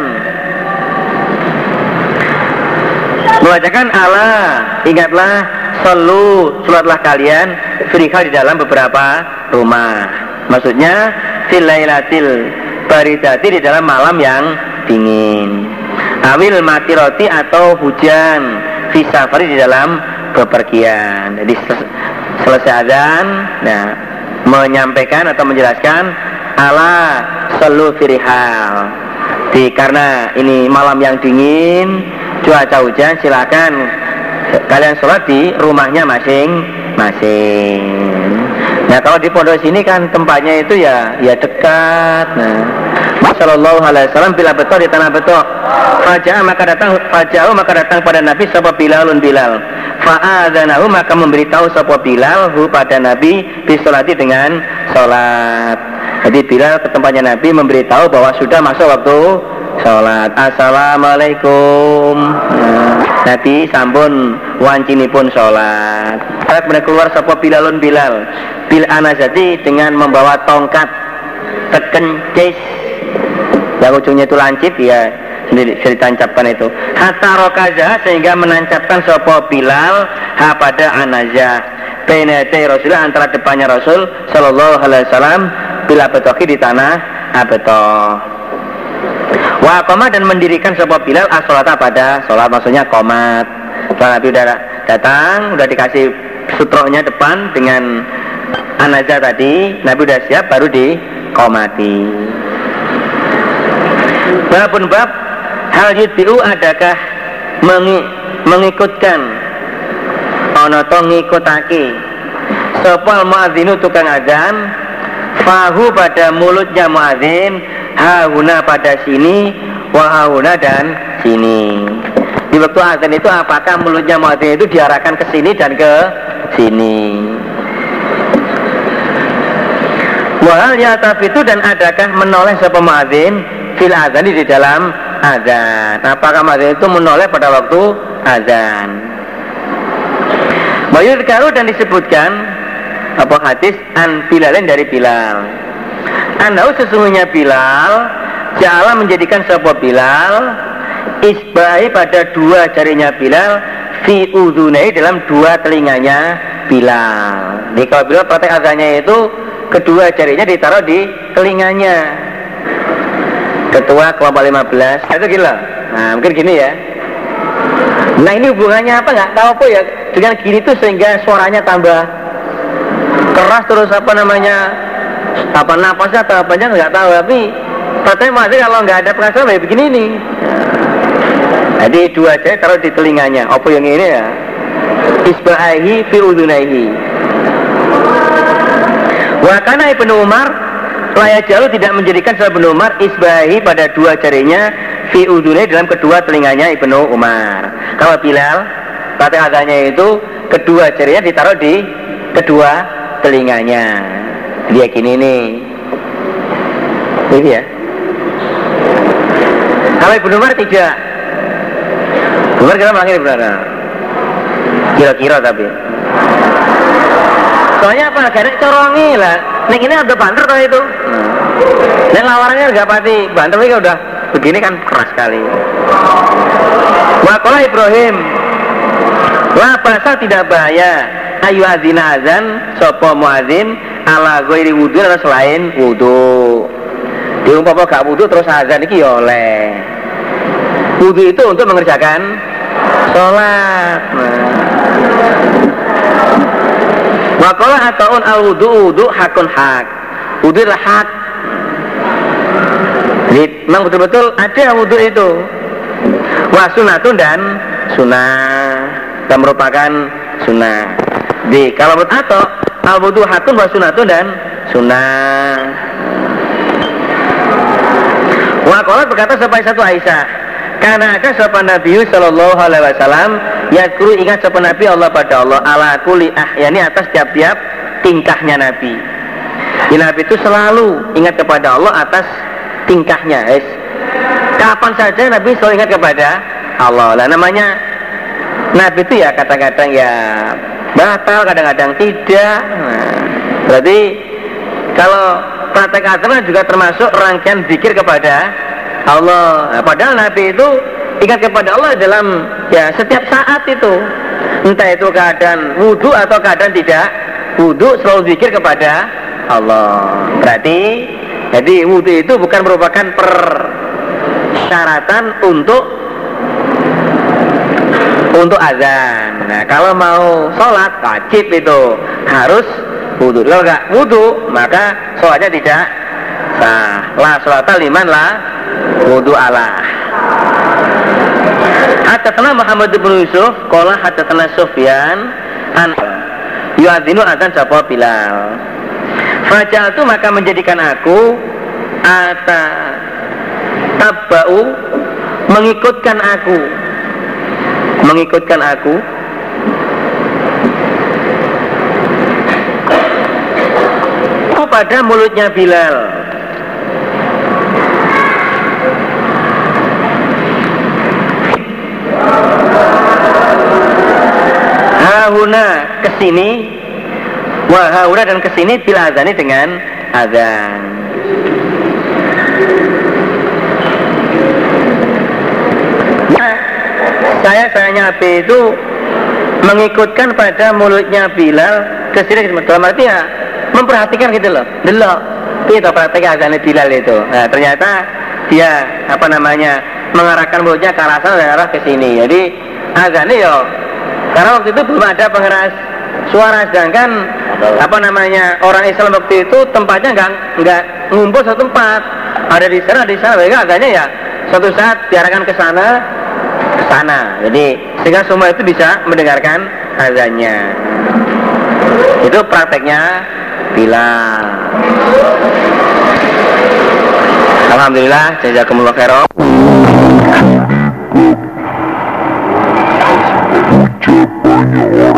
membacakan ala, ingatlah, sallu, sholatlah kalian firika, di dalam beberapa rumah. Maksudnya fil lailatil baridati, di dalam malam yang dingin. Awil matiroti, atau hujan, fi safari, di dalam bepergian. Jadi selesai azan, nah menyampaikan atau menjelaskan ala sallu firihal, karena ini malam yang dingin, cuaca hujan, silakan kalian sholat di rumahnya masing-masing. Nah kalau di pondok sini kan tempatnya itu ya dekat. Nah, Sallallahu alaihi wasallam bila betul di tanah betul. Faja'u maka datang pada Nabi sapa Bilalun Bilal. Fa'adzanahu maka memberitahu sapa Bilal hu pada Nabi bisolati dengan sholat. Jadi Bilal ke tempatnya Nabi memberitahu bahwa sudah masuk waktu sholat. Assalamualaikum. Nabi sampun wancinipun sholat. Kemudian keluar sapa Bilalun Bilal bil anazati dengan membawa tongkat teken cis yang ujungnya itu lancip ya sendiri ditancapkan itu. Hatta rokaza sehingga menancapkan sapa Bilal ha pada anazah bainati Rasulullah antara depannya Rasul sallallahu alaihi wasallam bila betoki di tanah abetoh. Wa qoma dan mendirikan sapa Bilal as-sholata pada sholat, maksudnya qomat. Setelah Nabi udah datang, udah dikasih sutronya depan dengan anazah tadi, Nabi udah siap baru diqomati. Babun bab hal yudbi'u adakah mengikutkan ana to ngikutake sapa muadzinu tukang azan fahu pada mulutnya muadzin hauna pada sini wa hauna dan sini. Di waktu azan itu apakah mulutnya muadzin itu diarahkan ke sini dan ke sini? Wahal ya itu dan adakah menoleh sapa muadzin fil azan di dalam azan? Apakah muadzin itu menoleh pada waktu azan? Mayudkaru dan disebutkan apa hadis an Bilalin dari Bilal. Anau sesungguhnya Bilal Ja'ala menjadikan sapa Bilal isbahi pada dua jarinya Bilal fi udhunai dalam dua telinganya Bilal. Jadi kalau Bilal praktek azannya itu kedua jarinya ditaruh di telinganya. Ketua kelompok 15 itu gila. Nah mungkin gini ya. Nah ini hubungannya apa nggak tahu apa ya dengan gini tuh sehingga suaranya tambah keras terus apa napasnya atau apanya nggak tahu, tapi katanya masih kalau nggak ada perasaan kayak begini nih. Jadi dua jari taruh di telinganya. Apa yang ini ya? Isbahi fi udhunaihi. Wa kana Ibnu Umar Laya Jalu tidak menjadikan Ibnu Umar isbahi pada dua jarinya fi udhunai dalam kedua telinganya Ibnu Umar. Kalau Bilal praktek azannya itu kedua jarinya ditaruh di kedua telinganya. Dia gini nih. Ini ya. Kalau Ibnu Umar tidak. Umar kira melanggar benar. Kira-kira tapi. Soalnya apa? Karena corongi lah. Nih ini ada banter kalau itu. Dan lawarannya nggak pasti banter, tapi udah begini kan keras sekali. Waqala Ibrahim, la basa tidak bahaya. Ayu azina azan, sopo muazin ala ghairi wudu atau selain wudu. Diumpama gak wudu terus azan iki ya oleh. Wudu itu untuk mengerjakan sholat. Waqala ataun al wudu hakun hak. Wudu adalah hak. Jadi memang betul-betul ada wudu itu. Wa sunatun dan sunnah. Dan merupakan sunnah. Di kalau menurut atau al wudu hakun wa sunatun dan sunnah. Waqala berkata sampai satu Aisyah, karena ada sopan Nabi sallallahu alaihi wasallam yakuru ingat sopan Nabi Allah pada Allah ala kulli ahyani atas tiap-tiap tingkahnya Nabi. Jadi Nabi itu selalu ingat kepada Allah atas tingkahnya. Kapan saja Nabi selalu ingat kepada Allah. Lah namanya Nabi itu ya kadang-kadang ya batal, kadang-kadang tidak. Nah, berarti kalau praktek azan juga termasuk rangkaian zikir kepada Allah. Nah, padahal Nabi itu ingat kepada Allah dalam ya setiap saat itu. Entah itu keadaan wudu atau keadaan tidak wudu, selalu zikir kepada Allah. Berarti jadi wudu itu bukan merupakan persyaratan untuk azan. Nah, kalau mau sholat wajib itu harus wudu. Kalau nggak wudu maka sholatnya tidak sah. La sholata liman la wudu'alah. Hadatsana Muhammad bin Yusuf qala hadatsana Sufyan an yu'adzinu adzan sapa Bilal. Fajaltu maka menjadikan aku tabba'u mengikutkan aku pada mulutnya Bilal. Hahuna kesini, wahahuna dan kesini bila azani dengan azan. Saya Nabi itu mengikutkan pada mulutnya Bilal kesini dalam arti ya memperhatikan gitu loh. Delok kita perhatikan azan Bilal itu. Nah, ternyata dia mengarahkan mulutnya ke arah sana dan arah ke sini. Jadi azannya yo karena waktu itu belum ada pengeras suara, sedangkan orang Islam waktu itu tempatnya enggak ngumpul satu tempat. Ada di sana, mereka azannya ya suatu saat diarahkan ke sana. Jadi sehingga semua itu bisa mendengarkan azannya. Itu prakteknya Bilal. Alhamdulillah, jazakumullah khairan. Ucapannya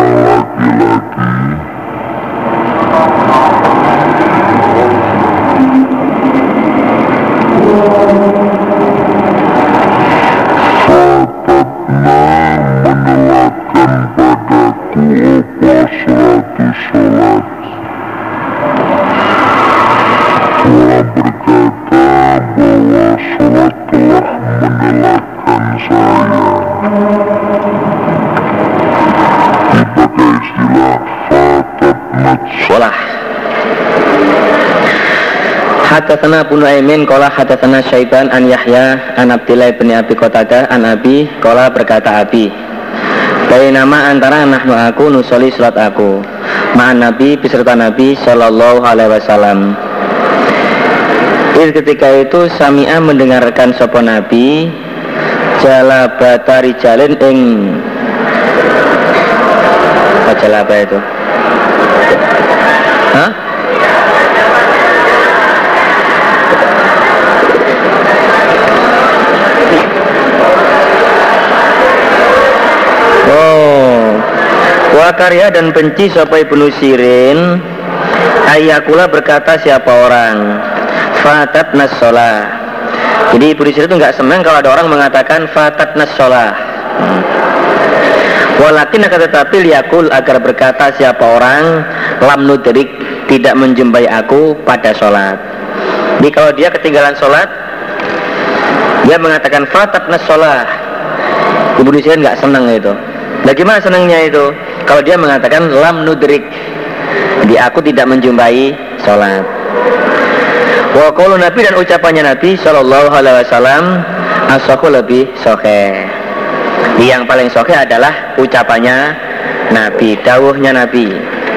Hadatsana Abu Nu'aimin qala hadatsana Syaiban an Yahya an Abdillah bin Abi Qatadah an Abi qala berkata Abi bainama antara nahnu aku nusolli salat aku ma'an Nabi beserta Nabi sallallahu alaihi wasallam. Ketika itu sami'a mendengarkan sapa Nabi jalabata rijalin ing apa jalaba itu? Hah? Wakarya dan benci sapa Ibnu Sirin ayakula berkata siapa orang fatat nassolah. Jadi Ibnu Sirin itu nggak senang kalau ada orang mengatakan fatat nassolah. Walakin akan tetapi liyakul agar berkata siapa orang lam nudrik tidak menjumpai aku pada sholat. Jadi kalau dia ketinggalan sholat dia mengatakan fatat nassolah, Ibnu Sirin nggak senang itu. Bagaimana senangnya itu? Kalau dia mengatakan lam nudrik, jadi aku tidak menjumpai sholat. Wa qaulu Nabi dan ucapannya Nabi sallallahu alaihi wasallam as-sahih lebih sahih. Yang paling sahih adalah ucapannya Nabi, dawuhnya Nabi.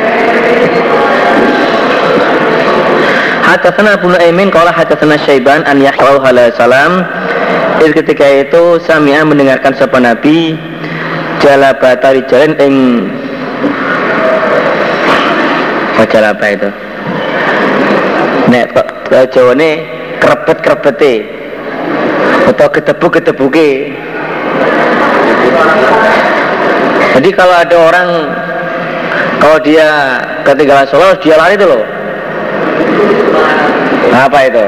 Hadatsana Abu Nu'aimin qala hadatsana Syaiban an Yahya sallallahu alaihi wasallam. Ketika itu sami'a mendengarkan sapa Nabi jalabata rijalin ing jalaba itu nek kok jawane krepet-krepete atau ketebuk-ketebuke. Jadi kalau ada orang kalau dia ketinggalan sholat dia lari itu loh. Apa itu?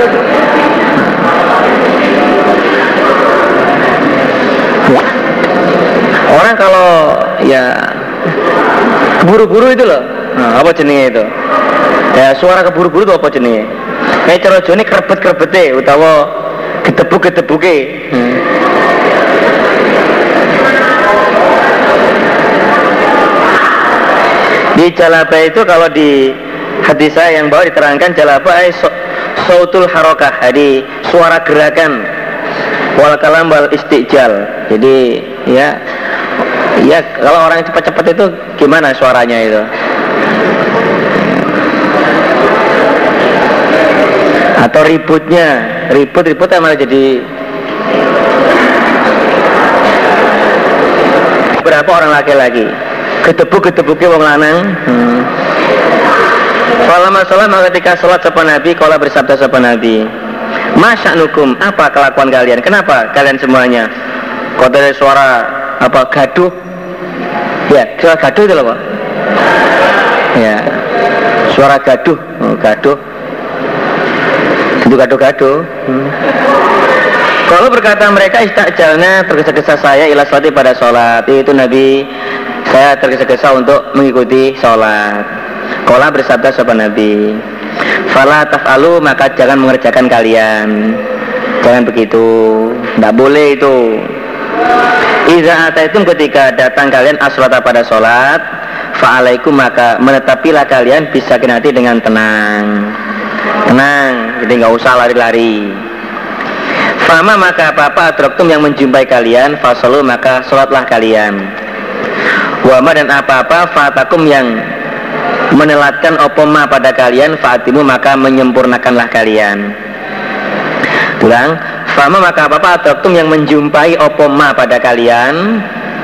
Orang kalau ya keburu-buru itu loh, nah, apa jenenge itu? Ya suara keburu-buru itu apa jenenge? Kayak cara jone krebet-krebete utawa gedebuk-gedebuke. Di jalaba itu kalau di hadis saya yang bawah diterangkan jalaba sautul harokah, jadi suara gerakan wal kalam wal istijal. Jadi ya kalau orang cepat-cepat itu gimana suaranya itu? Atau ributnya, ribut malah jadi berapa orang laki-laki gedebuk-gedebuknya wong lanang. Falamma sholat, maka ketika sholat sapa Nabi, qala bersabda sapa Nabi, masya'nukum, apa kelakuan kalian? Kenapa kalian semuanya kok dari suara apa gaduh? Ya, suara gaduh itu loh Pak. Ya, suara gaduh, gaduh. Itu gaduh-gaduh. Kalau berkata mereka istajalna, tergesa-gesa saya ila sholati pada sholat. Itu Nabi, saya tergesa-gesa untuk mengikuti sholat. Qala bersabda sahabat Nabi, fala taf'alu, maka jangan mengerjakan kalian. Jangan begitu, tidak boleh itu. Iza ataitum, ketika datang kalian as-sholata pada sholat, fa'alaikum, maka menetapilah kalian bisa kinati dengan tenang. Tenang, jadi nggak usah lari-lari. Fama, maka apa-apa adraktum yang menjumpai kalian, fasalu, maka sholatlah kalian. Wama, dan apa-apa fatakum yang menelatkan opoma pada kalian, fatimu, maka menyempurnakanlah kalian. Ulang, fama, maka apa-apa adraktum yang menjumpai opoma pada kalian,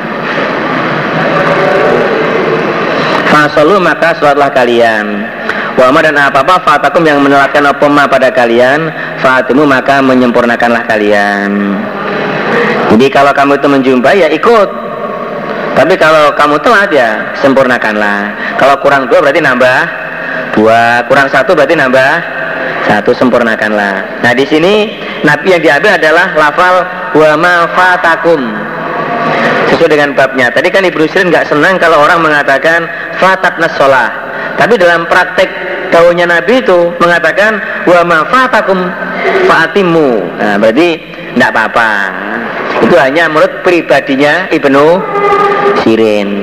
fasalu, maka sholatlah kalian. Wama, dan apa-apa fatakum yang menelatkan opoma pada kalian, fatimu, maka menyempurnakanlah kalian. Jadi kalau kamu itu menjumpai ya ikut, tapi kalau kamu telat ya sempurnakanlah. Kalau kurang 2 berarti nambah 2, kurang 1 berarti nambah 1, sempurnakanlah. Nah di sini Nabi yang diambil adalah lafal wama fatakum, sesuai dengan babnya. Tadi kan Ibnu Sirin nggak senang kalau orang mengatakan fatatnas sholah, tapi dalam praktek daunnya Nabi itu mengatakan wa ma fatakum fa'atimu. Nah, berarti tidak apa-apa. Itu hanya menurut pribadinya Ibnu Sirin.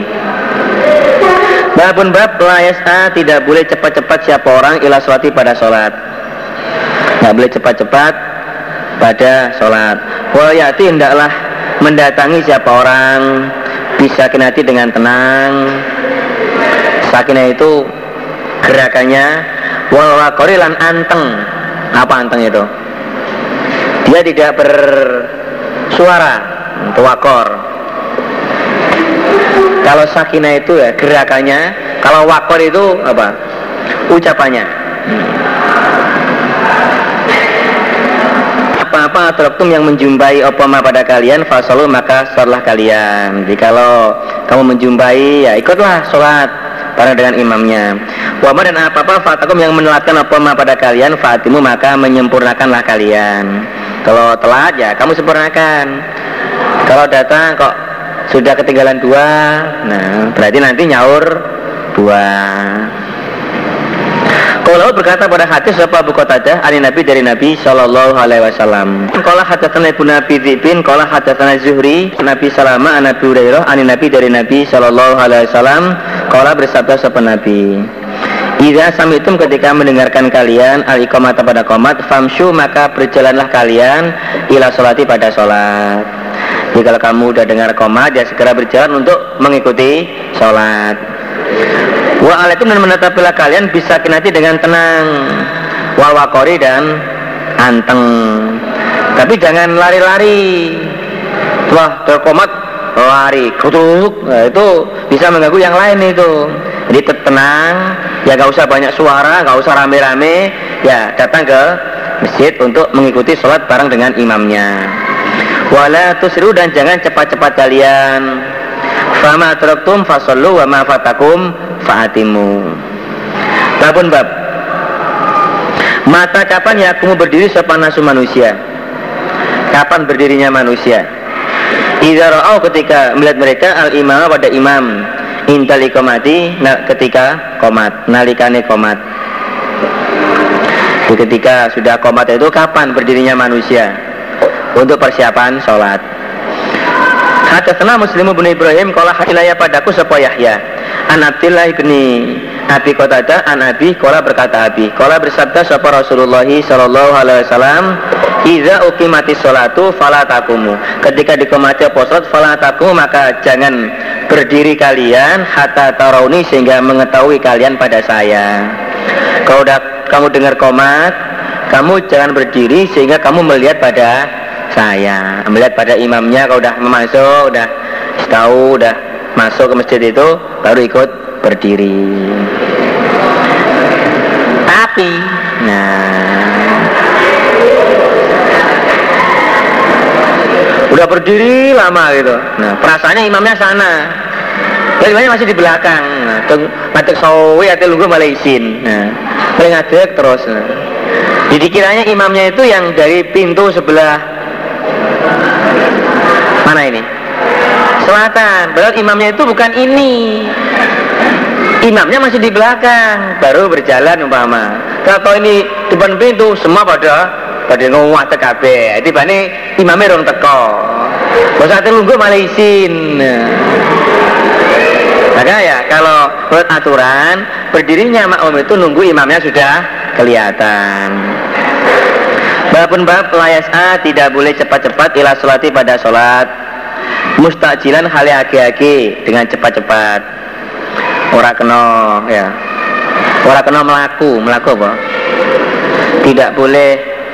Babun bab la yas'a, tidak boleh cepat-cepat siapa orang ila sholati pada sholat. Tidak boleh cepat-cepat pada sholat. Wa ya'ti, hendaklah mendatangi siapa orang bisa kinati dengan tenang. Sakinah itu gerakannya wal waqari lan anteng. Apa anteng itu? Dia tidak bersuara, tawakor. Kalau sakinah itu ya gerakannya, kalau waqar itu apa? Ucapannya. Apa-apa atraktum yang menjumpai opoma pada kalian, fasalu, maka sholatlah kalian. Jadi kalau kamu menjumpai ya ikutlah sholat bareng dengan imamnya. Wama, dan apa-apa fatakum yang menelatkan opoma pada kalian, fatimu, maka menyempurnakanlah kalian. Kalau telat ya kamu sempurnakan. Kalau datang kok sudah ketinggalan 2, nah berarti nanti nyaur 2. Kalau berkata pada hadis apa Abu Qatadah ani Nabi, dari Nabi sallallahu alaihi wasallam. Qala hadatsana Ibnu Abi Dzibin qala hadatsana Zuhri Nabi Salama an Abi Hurairah ani Nabi, dari Nabi sallallahu alaihi wasallam qala bersabda sapa Nabi, idza sami'tum, ketika mendengarkan kalian al-iqamata pada qomat, famsyu, maka berjalanlah kalian ila sholati pada sholat. Jadi kalau kamu udah dengar qomat ya segera berjalan untuk mengikuti sholat. Wa alaikum, dan menetapilah kalian bisa kinati dengan tenang, wal waqari, dan anteng. Tapi jangan lari-lari. Wah, terkomat lari, kutuk, nah, itu bisa mengganggu yang lain itu. Jadi tenang, ya gak usah banyak suara, gak usah rame-rame, ya datang ke masjid untuk mengikuti sholat bareng dengan imamnya. Wala tusri'u, dan jangan cepat-cepat kalian. Fama atraktum fasallu wa ma fatakum fa'atimu. Babun bab, mata kapan ya kamu berdiri sopan nasu manusia? Kapan berdirinya manusia? Idza ra'au, ketika melihat mereka al-imam, pada imam, intal iqamati, ketika qomat, nalikane qomat. Ketika sudah qomat itu kapan berdirinya manusia untuk persiapan sholat. Hadatsana Muslim bin Ibrahim qala ilaya padaku sapa Yahya an Abdillah bin Abi Qatadah an Abi qala, berkata Abi qala, bersabda sapa Rasulullah sallallahu alaihi wasallam, idza uqimatis sholatu fala taqumu, ketika diqomati salat fala taqumu, maka jangan berdiri kalian hatta tarawni, sehingga mengetahui kalian pada saya. Kalau udah kamu dengar qomat kamu jangan berdiri sehingga kamu melihat pada saya, melihat pada imamnya. Kalau udah masuk, udah tahu, udah masuk ke masjid itu, baru ikut berdiri. Tapi, udah berdiri lama gitu. Nah, perasaannya imamnya sana, imamnya masih di belakang. Ngadek sawi atau lungguh malah isin. Nah, ngadek terus. Jadi kiranya imamnya itu yang dari pintu sebelah mana ini? Selatan. Padahal imamnya itu bukan ini. Imamnya masih di belakang, baru berjalan umpama. Kalau ini depan pintu, semua pada ngomong TKB. Jadi bani imamnya rong teko. Bahasa lungguh malah isin. Maka ya kalau menurut aturan berdirinya makmum itu nunggu imamnya sudah kelihatan. Babun bab layas'a, tidak boleh cepat-cepat ila sholati pada sholat, mustajilan hal agi-agi dengan cepat-cepat. Ora kena ya. Ora kena melaku apa? Tidak boleh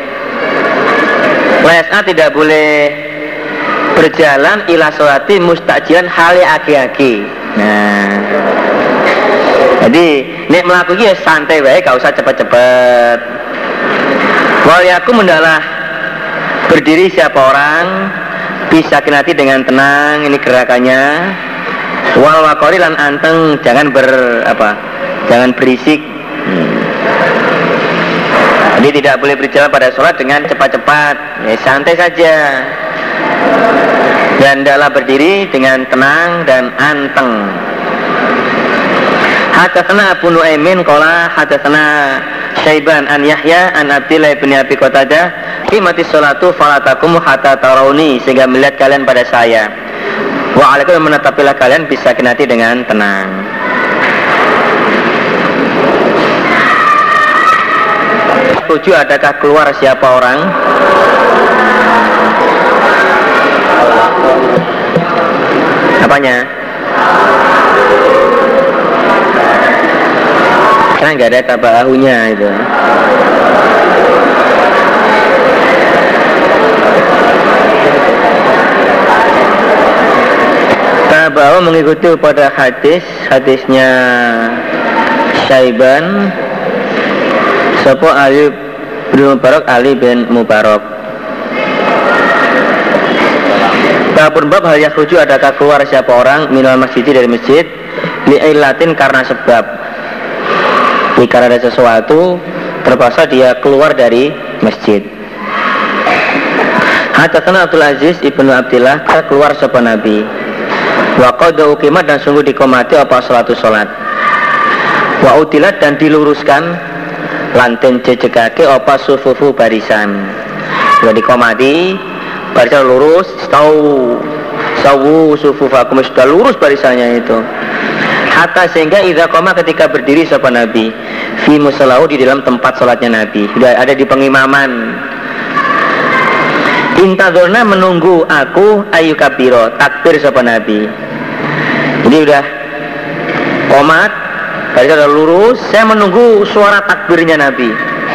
layas'a, tidak boleh berjalan ila sholati mustajilan hal agi-agi. Nah, jadi nek melaku ya santai baik, gak usah cepet-cepet. Waliyaku mendalah berdiri siapa orang bisa kinati dengan tenang, ini gerakannya. Wal wakori lan anteng, jangan jangan berisik. Jadi tidak boleh berjalan pada sholat dengan cepat-cepat, ya, santai saja. Dan adalah berdiri dengan tenang dan anteng. Hadatsana Abu Nuaimin qala hadatsana Syaiban an Yahya an Abdillah bin Abi Qatadah qimati sholatu falatakum hatta tarawni, sehingga melihat kalian pada saya. Wa alaikum menetapilah kalian bisa kinati dengan tenang. Tujuh, adakah keluar siapa orang? Apanya? Karena nggak ada tabahunya itu. Tabahu mengikuti pada hadisnya Syaiban Sopo Ali bin Mubarak, Ali bin Mubarak. Babun bab hal yakhruju, adakah keluar siapa orang minal masjid, dari masjid, li'illatin karena sebab. Jika ada sesuatu terpaksa dia keluar dari masjid. Hadatsana Abdul Aziz ibnu Abdillah, keluar sapa Nabi. Wa qad uqimat, dan sungguh diqomati apa salatu salat. Wa utilat, dan diluruskan lanten jejegake apa sufufu barisan. Sudah diqomati, barisan lurus, sawu sufufakum, sudah lurus barisannya itu. Hatta sehingga idza qoma, ketika berdiri sapa Nabi fi musallahu, di dalam tempat salatnya Nabi, sudah ada di pengimaman. Intadzorna, menunggu aku, ayu kabiro, takbir sapa Nabi. Jadi udah qomat, barisan sudah lurus, saya menunggu suara takbirnya Nabi.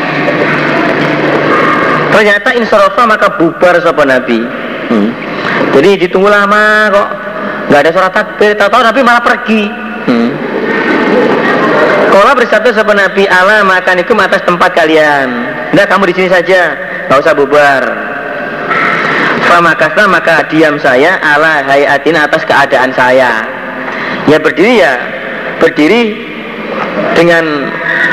Ternyata insarafa, maka bubar sapa Nabi. Jadi ditunggu lama kok nggak ada suara takbir, tahu-tahu Nabi malah pergi. Kalau bersabda sapa Nabi, ala makanikum, atas tempat kalian. Enggak, kamu di sini saja, nggak usah bubar. Famakasna, maka diam saya, ala hayatin, atas keadaan saya. Ya berdiri dengan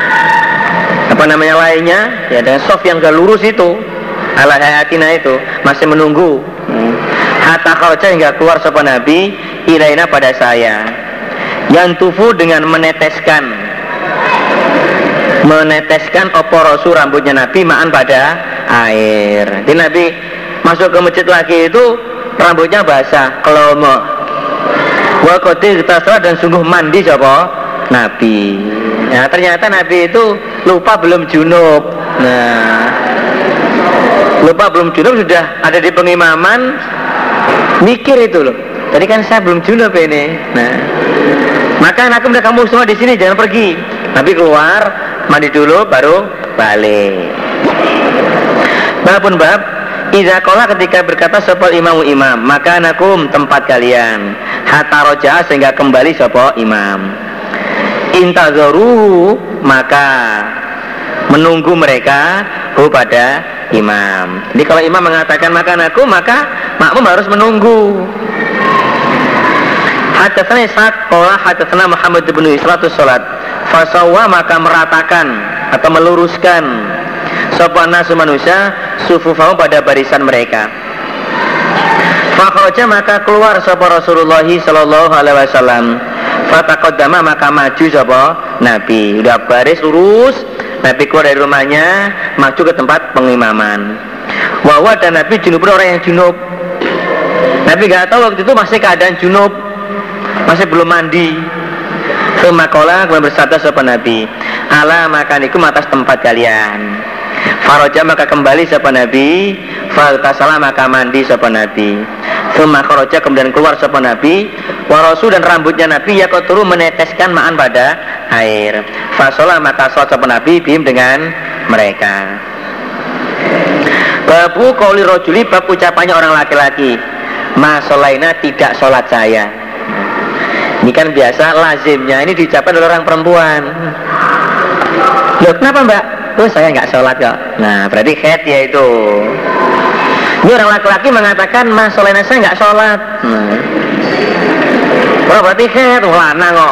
lainnya, ya dengan soft yang gak lurus itu, ala hayatina itu, masih menunggu. Hatta kharaja, hingga keluar sapa Nabi, ilaina, pada saya. Yang tufu, dengan meneteskan oporosu, rambutnya Nabi, ma'an, pada air. Jadi Nabi masuk ke masjid lagi itu rambutnya basah, kelomo. Wa qati tasra, dan sungguh mandi sapa Nabi. Nah, ternyata Nabi itu lupa belum junub. Nah, lupa belum junub, sudah ada di pengimaman, mikir itu loh. Tadi kan saya belum junub ini. Nah, maka kamu semua di sini, jangan pergi. Nabi keluar, mandi dulu, baru balik. Babun bab idza qala ketika berkata sapa imam, maka nakum tempat kalian hatta roja sehingga kembali sapa imam. Intazaru maka menunggu mereka pada imam. Jadi kalau imam mengatakan maka nakum, maka makmum harus menunggu. Hadatsana Ishaq qala hadatsana Muhammad bin Isratus salat fasawwa maka meratakan atau meluruskan sapa nasu manusia sufufahu pada barisan mereka. Fakhraja maka keluar sapa Rasulullah sallallahu alaihi wasallam. Fataqaddama maka maju sapa Nabi. Udah baris lurus, Nabi keluar dari rumahnya, maju ke tempat pengimaman. Wa dan Nabi junub, orang yang junub. Nabi enggak tahu waktu itu masih keadaan junub, masih belum mandi. Semakola kemudian bersabda sapa Nabi, ala makanikum atas tempat kalian. Faraja maka kembali sapa Nabi, faltasala maka mandi sapa Nabi. Semakola kemudian keluar sapa Nabi, warasul dan rambutnya Nabi yakoturu meneteskan ma'an pada air. Fasola maka sholat sapa Nabi bim dengan mereka. Babu qauli rajuli, bab ucapannya orang laki-laki, masolaina tidak sholat saya. Ini kan biasa lazimnya ini diucapkan oleh orang perempuan. Loh kenapa mbak? Oh saya nggak sholat kok. Nah berarti head ya itu. Ini orang laki-laki mengatakan mas solaina saya nggak sholat. Oh berarti head lanang kok.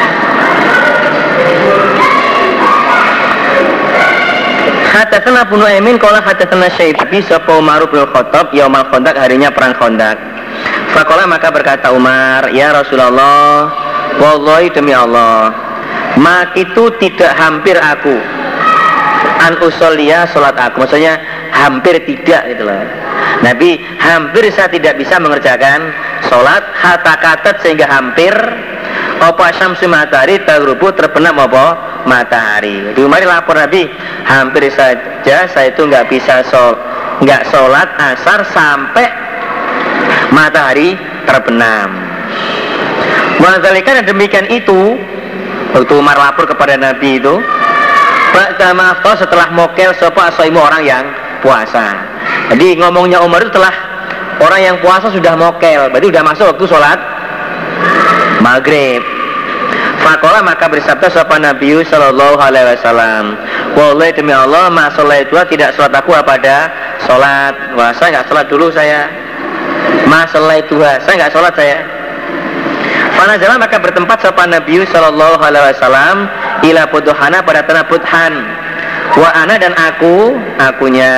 Hadatsana Ibnu Aimin qala hadatsana Syaibi sapa Umar bin Khattab yaumal Khandaq harinya perang Khandaq. Faqala maka berkata Umar, ya Rasulullah, wallahi demi Allah, mak itu tidak hampir aku an usolliya salat aku, maksudnya hampir tidak gitu loh. Nabi hampir saya tidak bisa mengerjakan salat hatta katat sehingga hampir apa syamsu matahari tagrubu terbenam apa matahari. Di Umar lapor Nabi, hampir saja saya itu nggak bisa nggak sholat asar sampai matahari terbenam. Wadzalika dan demikian itu waktu Umar lapor kepada Nabi itu, ba'da ma'afta setelah mokel sapa asaimu orang yang puasa. Jadi ngomongnya Umar itu setelah orang yang puasa sudah mokel, berarti sudah masuk waktu sholat maghrib. Faqala maka bersabda sapa Nabi sallallahu alaihi wasallam, wallahi demi Allah ma sholaitu tidak sholat aku pada sholat. Wah saya nggak sholat dulu saya. Ma sholaitu saya nggak sholat saya. Fanazala maka bertempat sapa Nabi sallallahu alaihi wasallam ila Budhana pada tanah Budhan. Wa ana dan akunya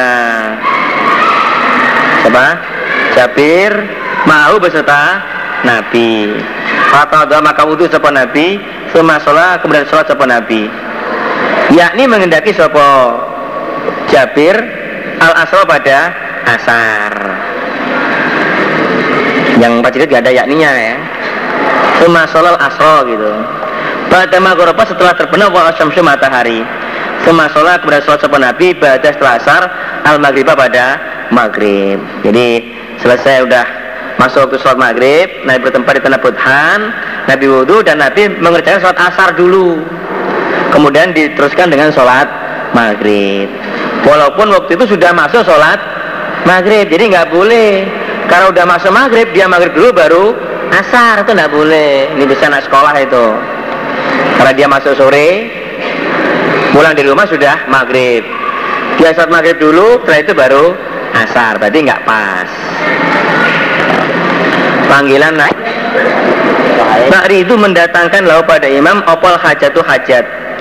siapa? Jabir mau beserta Nabi. Fatada maka wudu sapa Nabi, summa sholat kemudian sholat sapa Nabi. Yakni mengendaki sapa Jabir al-asra pada asar. Yang pasti tidak ada yakninya ya. Summa sholat asra gitu. Pada maghrib setelah terbenam wa asyamsu matahari. Summa sholat kemudian sholat sapa Nabi pada setelah asar al-maghrib pada maghrib. Jadi selesai udah masuk waktu sholat maghrib, Nabi bertempat di tanah Budhan, Nabi wudhu dan Nabi mengerjakan sholat asar dulu, kemudian diteruskan dengan sholat maghrib. Walaupun waktu itu sudah masuk sholat maghrib, jadi nggak boleh. Karena udah masuk maghrib, dia maghrib dulu baru asar, itu nggak boleh. Ini bisa anak sekolah itu. Karena dia masuk sore, pulang di rumah sudah maghrib. Dia sholat maghrib dulu, setelah itu baru asar, berarti nggak pas. Panggilan naik Ba'ri itu mendatangkan lau pada imam opal hajatu hajat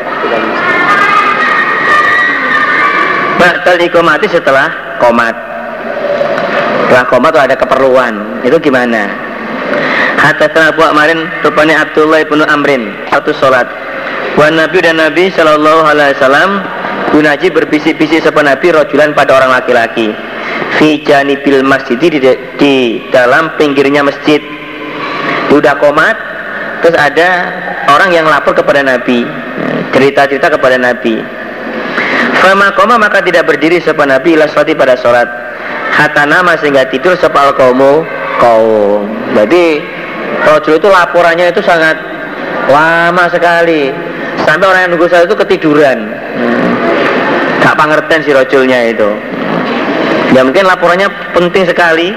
Ba'dal iqomati setelah komat. Setelah komat itu ada keperluan. Itu gimana? Hadatsana Abu Amarin rupanya Abdullah bin Amrin satu sholat. Wa Nabi dan Nabi sallallahu alaihi wasallam gunaji berbisik-bisik sapa Nabi rajulan pada orang laki-laki fi janibil masjid di dalam pinggirnya masjid. Udah komat, terus ada orang yang lapor kepada Nabi, cerita-cerita kepada Nabi. Fama koma maka tidak berdiri sapa Nabi ila sholati pada sholat hatta nama sehingga tidur sapa al-qaumu kaum. Jadi rajul itu laporannya itu sangat lama sekali sampai orang yang nunggu sholat itu ketiduran. Gak pangerten si rajulnya itu. Ya mungkin laporannya penting sekali.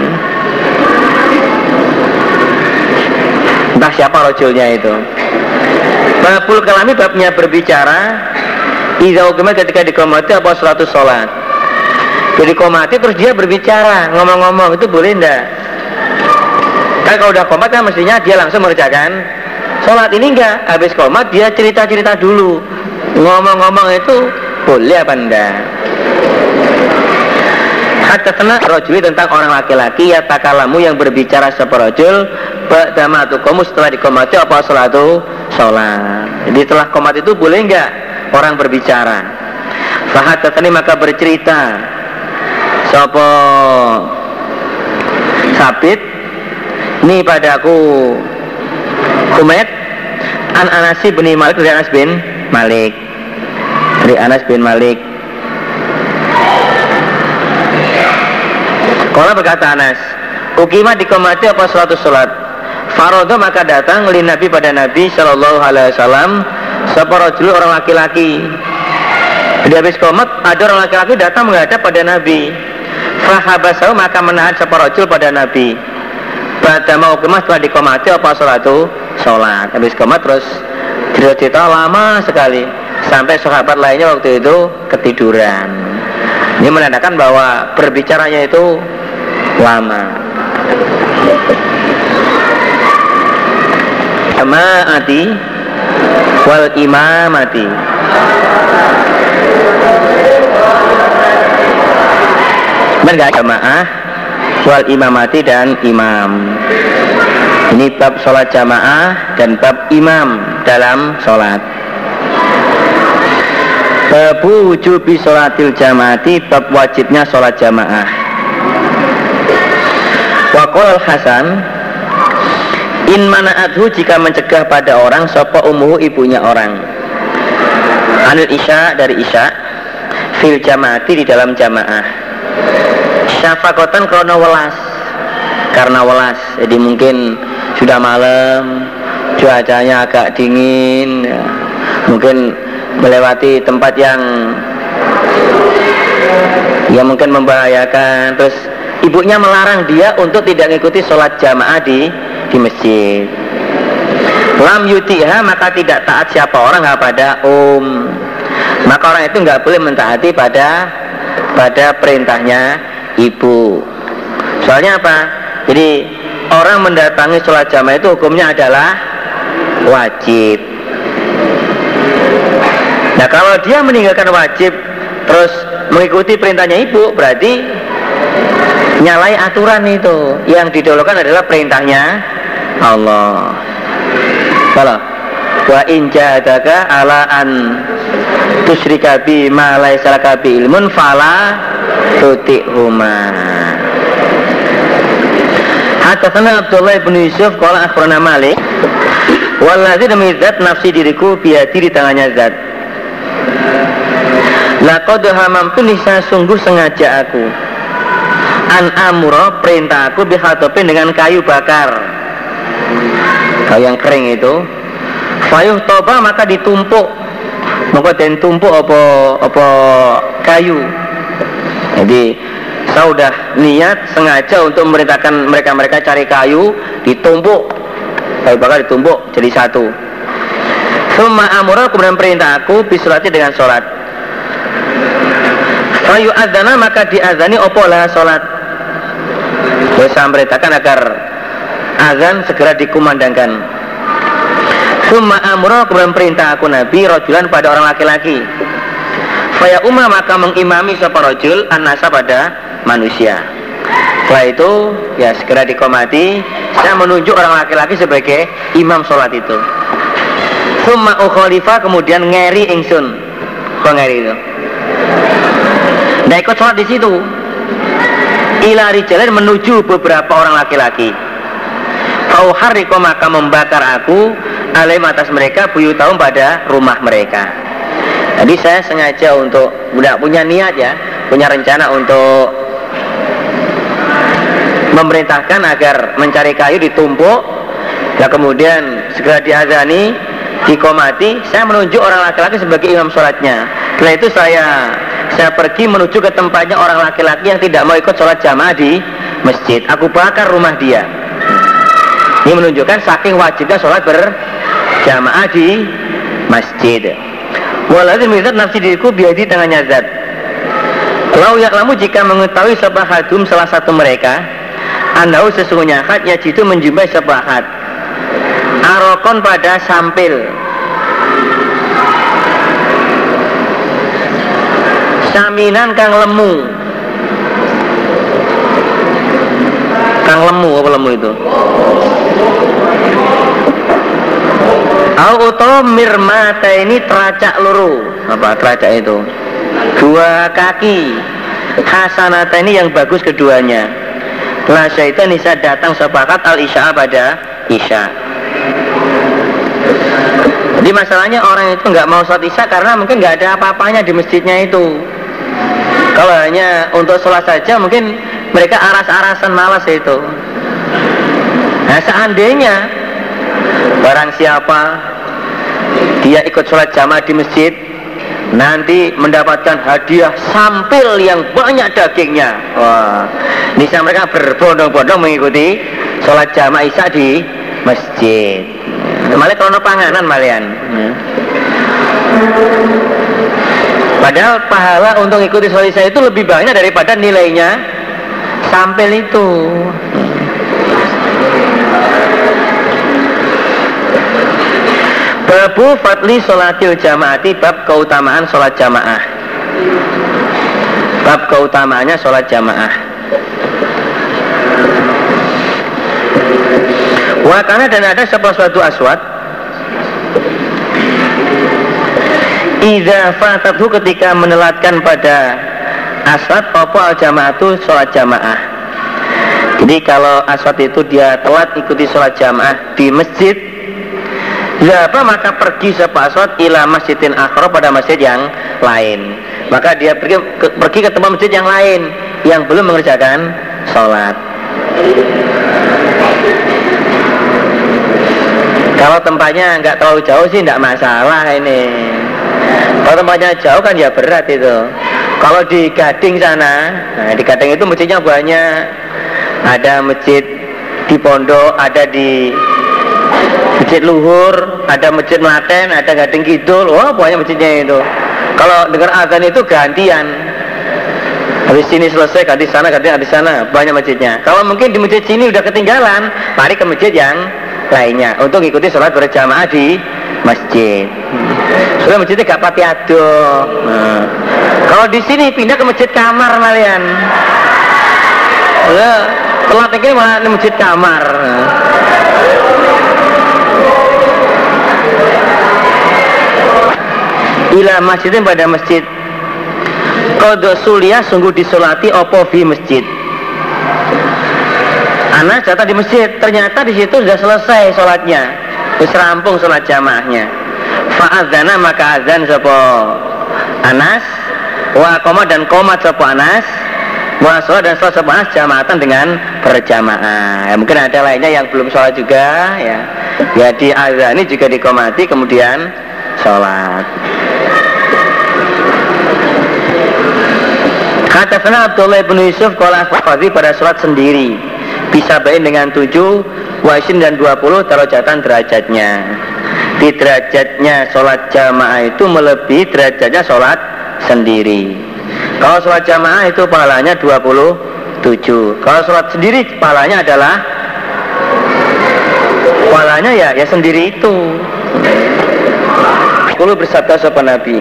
Entah siapa rojulnya itu. Babul kalami babnya berbicara. Idza uqima ketika diqomati apa sholatus sholat. Jadi komati terus dia berbicara, ngomong-ngomong, itu boleh enggak? Kan kalau udah komat kan mestinya dia langsung mengerjakan sholat. Ini enggak, habis komat dia cerita-cerita dulu. Ngomong-ngomong itu boleh apa enggak? Hatta tenang rojuli tentang orang laki-laki ya takalamu yang berbicara seperojul ba'damatu komu setelah dikomati apa sholatu sholat. Jadi setelah komat itu boleh enggak orang berbicara? Fahatta tenang maka bercerita Sopo Sabit ini padaku Humaid an Anasi bin Malik dari Anas bin Malik Kala berkata Anas ukima dikomati apa suatu sholat farodo maka datang li Nabi pada Nabi sallallahu alaihi wasallam saparajul orang laki-laki. Di habis komat ada orang laki-laki datang menghadap pada Nabi. Fahabasau maka menahan saparajul pada Nabi. Pada mau kemas setelah dikomati apa sholat. Habis komat terus cerita lama sekali sampai sahabat lainnya waktu itu ketiduran. Ini menandakan bahwa berbicaranya itu lama. Jama'ati wal imamati. Benar jamaah wal imamati dan imam. Ini bab sholat jamaah dan bab imam dalam sholat. Bab wujubi sholatil jamaati, bab wajibnya sholat jamaah. Wa qala Hasan in mana'athu jika mencegah pada orang sapa umuhu ibunya orang. Anil isya dari isya fil jamaati di dalam jamaah. Syafakotan karena welas, jadi mungkin sudah malam, cuacanya agak dingin, ya. Mungkin melewati tempat yang mungkin membahayakan, terus ibunya melarang dia untuk tidak mengikuti sholat jamaah di masjid. Lam yutiha maka tidak taat siapa orang pada maka orang itu nggak boleh mentaati pada perintahnya ibu. Soalnya apa? Jadi orang mendatangi sholat jamaah itu hukumnya adalah wajib. Nah kalau dia meninggalkan wajib terus mengikuti perintahnya ibu, berarti nyalai aturan itu. Yang didahulukan adalah perintahnya Allah. Kalau wa in jahadaka ala an tusyrika bi ma laysa laka bi ilmun fala tuti'huma. Hadatsana Abdullah bin Yusuf qala akhbarana Malik wallazi demi zat nafsi diriku biadi di tangannya zat. Laqad hamamtu nisa sungguh sengaja aku an amura perintah aku bihatopin dengan kayu bakar, kayu yang kering itu. Fayuh toba maka ditumpuk, maka dan tumpuk apa kayu. Jadi saya sudah niat sengaja untuk memerintahkan mereka cari kayu, ditumpuk, kayu bakar ditumpuk jadi satu. Summa amura kemudian perintah aku bisolati dengan sholat. Fayu adzana maka diazani opolah sholat. Saya merintahkan agar azan segera dikumandangkan. Summa amura kemudian perintah aku Nabi rojulan pada orang laki-laki. Faya umma maka mengimami sapa rojul an-nasa pada manusia. Setelah itu ya segera dikomati, saya menunjuk orang laki-laki sebagai imam sholat itu. Summa ukhalifa kemudian ngeri ingsun. Kok ngeri itu? Nah ikut sholat di situ. Ila rijalin menuju beberapa orang laki-laki. Fauharriqo maka membakar aku alaihim atas mereka buyutahum pada rumah mereka. Jadi saya sengaja untuk tidak punya niat ya, punya rencana untuk memerintahkan agar mencari kayu ditumpuk, dan kemudian segera diazani, dikomati. Saya menunjuk orang laki-laki sebagai imam sholatnya. Setelah itu saya saya pergi menuju ke tempatnya orang laki-laki yang tidak mau ikut sholat jamaah di masjid. Aku bakar rumah dia. Ini menunjukkan saking wajibnya sholat berjamaah di masjid. Waladhi mizat nafsi diriku biadi tangannya zat. Lau yaklamu jika mengetahui sabahadum salah satu mereka, andahu sesungguhnya akad yajidu menjumpai sabahad arokon pada sampil, saminan kang lemu. Kang lemu, apa lemu itu? Auto mirmata ini teracak luru. Apa teracak itu? Dua kaki hasanata ini yang bagus keduanya. La syaitan nisa datang sepakat al isya pada isya. Jadi masalahnya orang itu nggak mau sholat isya karena mungkin nggak ada apa-apanya di masjidnya itu. Kalau hanya untuk sholat saja mungkin mereka aras-arasan malas itu. Nah seandainya barang siapa dia ikut sholat jamaah di masjid, nanti mendapatkan hadiah sampil yang banyak dagingnya. Wah, bisa mereka berbondong-bondong mengikuti sholat jamaah isya di masjid. Malah kalau panganan malian. Padahal pahala untuk ikuti sholat isya itu lebih banyak daripada nilainya sampil itu. Babu fadli sholatil jamaati, bab keutamaan sholat jamaah. Bab keutamaannya sholat jamaah. Wakana dan ada sesuatu aswad idza fatathu ketika menelatkan pada aswad apa al-jamaatu sholat jamaah. Jadi kalau aswad itu dia telat ikuti sholat jamaah di masjid, apa maka pergi sapa aswad ila masjidin akhra pada masjid yang lain. Maka dia pergi ke tempat masjid yang lain yang belum mengerjakan sholat. Kalau tempatnya nggak terlalu jauh sih nggak masalah ini. Kalau tempatnya jauh kan ya berat itu. Kalau di Gading sana, nah di Gading itu masjidnya banyak. Ada masjid di Pondok, ada di Masjid Luhur, ada Masjid Melaten, ada Gading Kidul. Wah banyak masjidnya itu. Kalau dengar azan itu gantian. Habis sini selesai ganti sana, ganti sana, banyak masjidnya. Kalau mungkin di masjid sini udah ketinggalan, lari ke masjid yang lainnya untuk ikuti sholat berjamaah di masjid. Soalnya masjidnya gak pati ado. Kalau di sini pindah ke masjid kamar malian. Telat ini malah di masjid kamar. Ila masjidin pada masjid. Qadha suliyah sungguh disolati opo fi masjid. Anas datang di masjid, ternyata di situ sudah selesai sholatnya, sudah rampung sholat jamaahnya. Fa'adzana maka azan sapa Anas, wa qoma dan qomat sapa Anas, wa sholat dan sholat sapa Anas jamaatan dengan berjamaah. Ya, mungkin ada lainnya yang belum sholat juga, ya. Ya di azan ini juga diqomati kemudian sholat. Kata Abdullah bin Yusuf qala fadhi pada sholat sendiri. Bisa bain dengan 7 wasin dan 20 darajatan derajatnya. Di derajatnya sholat jamaah itu melebihi derajatnya sholat sendiri. Kalau sholat jamaah itu pahalanya 27. Kalau sholat sendiri pahalanya adalah ya sendiri itu. Kulo bersabda sopan Nabi,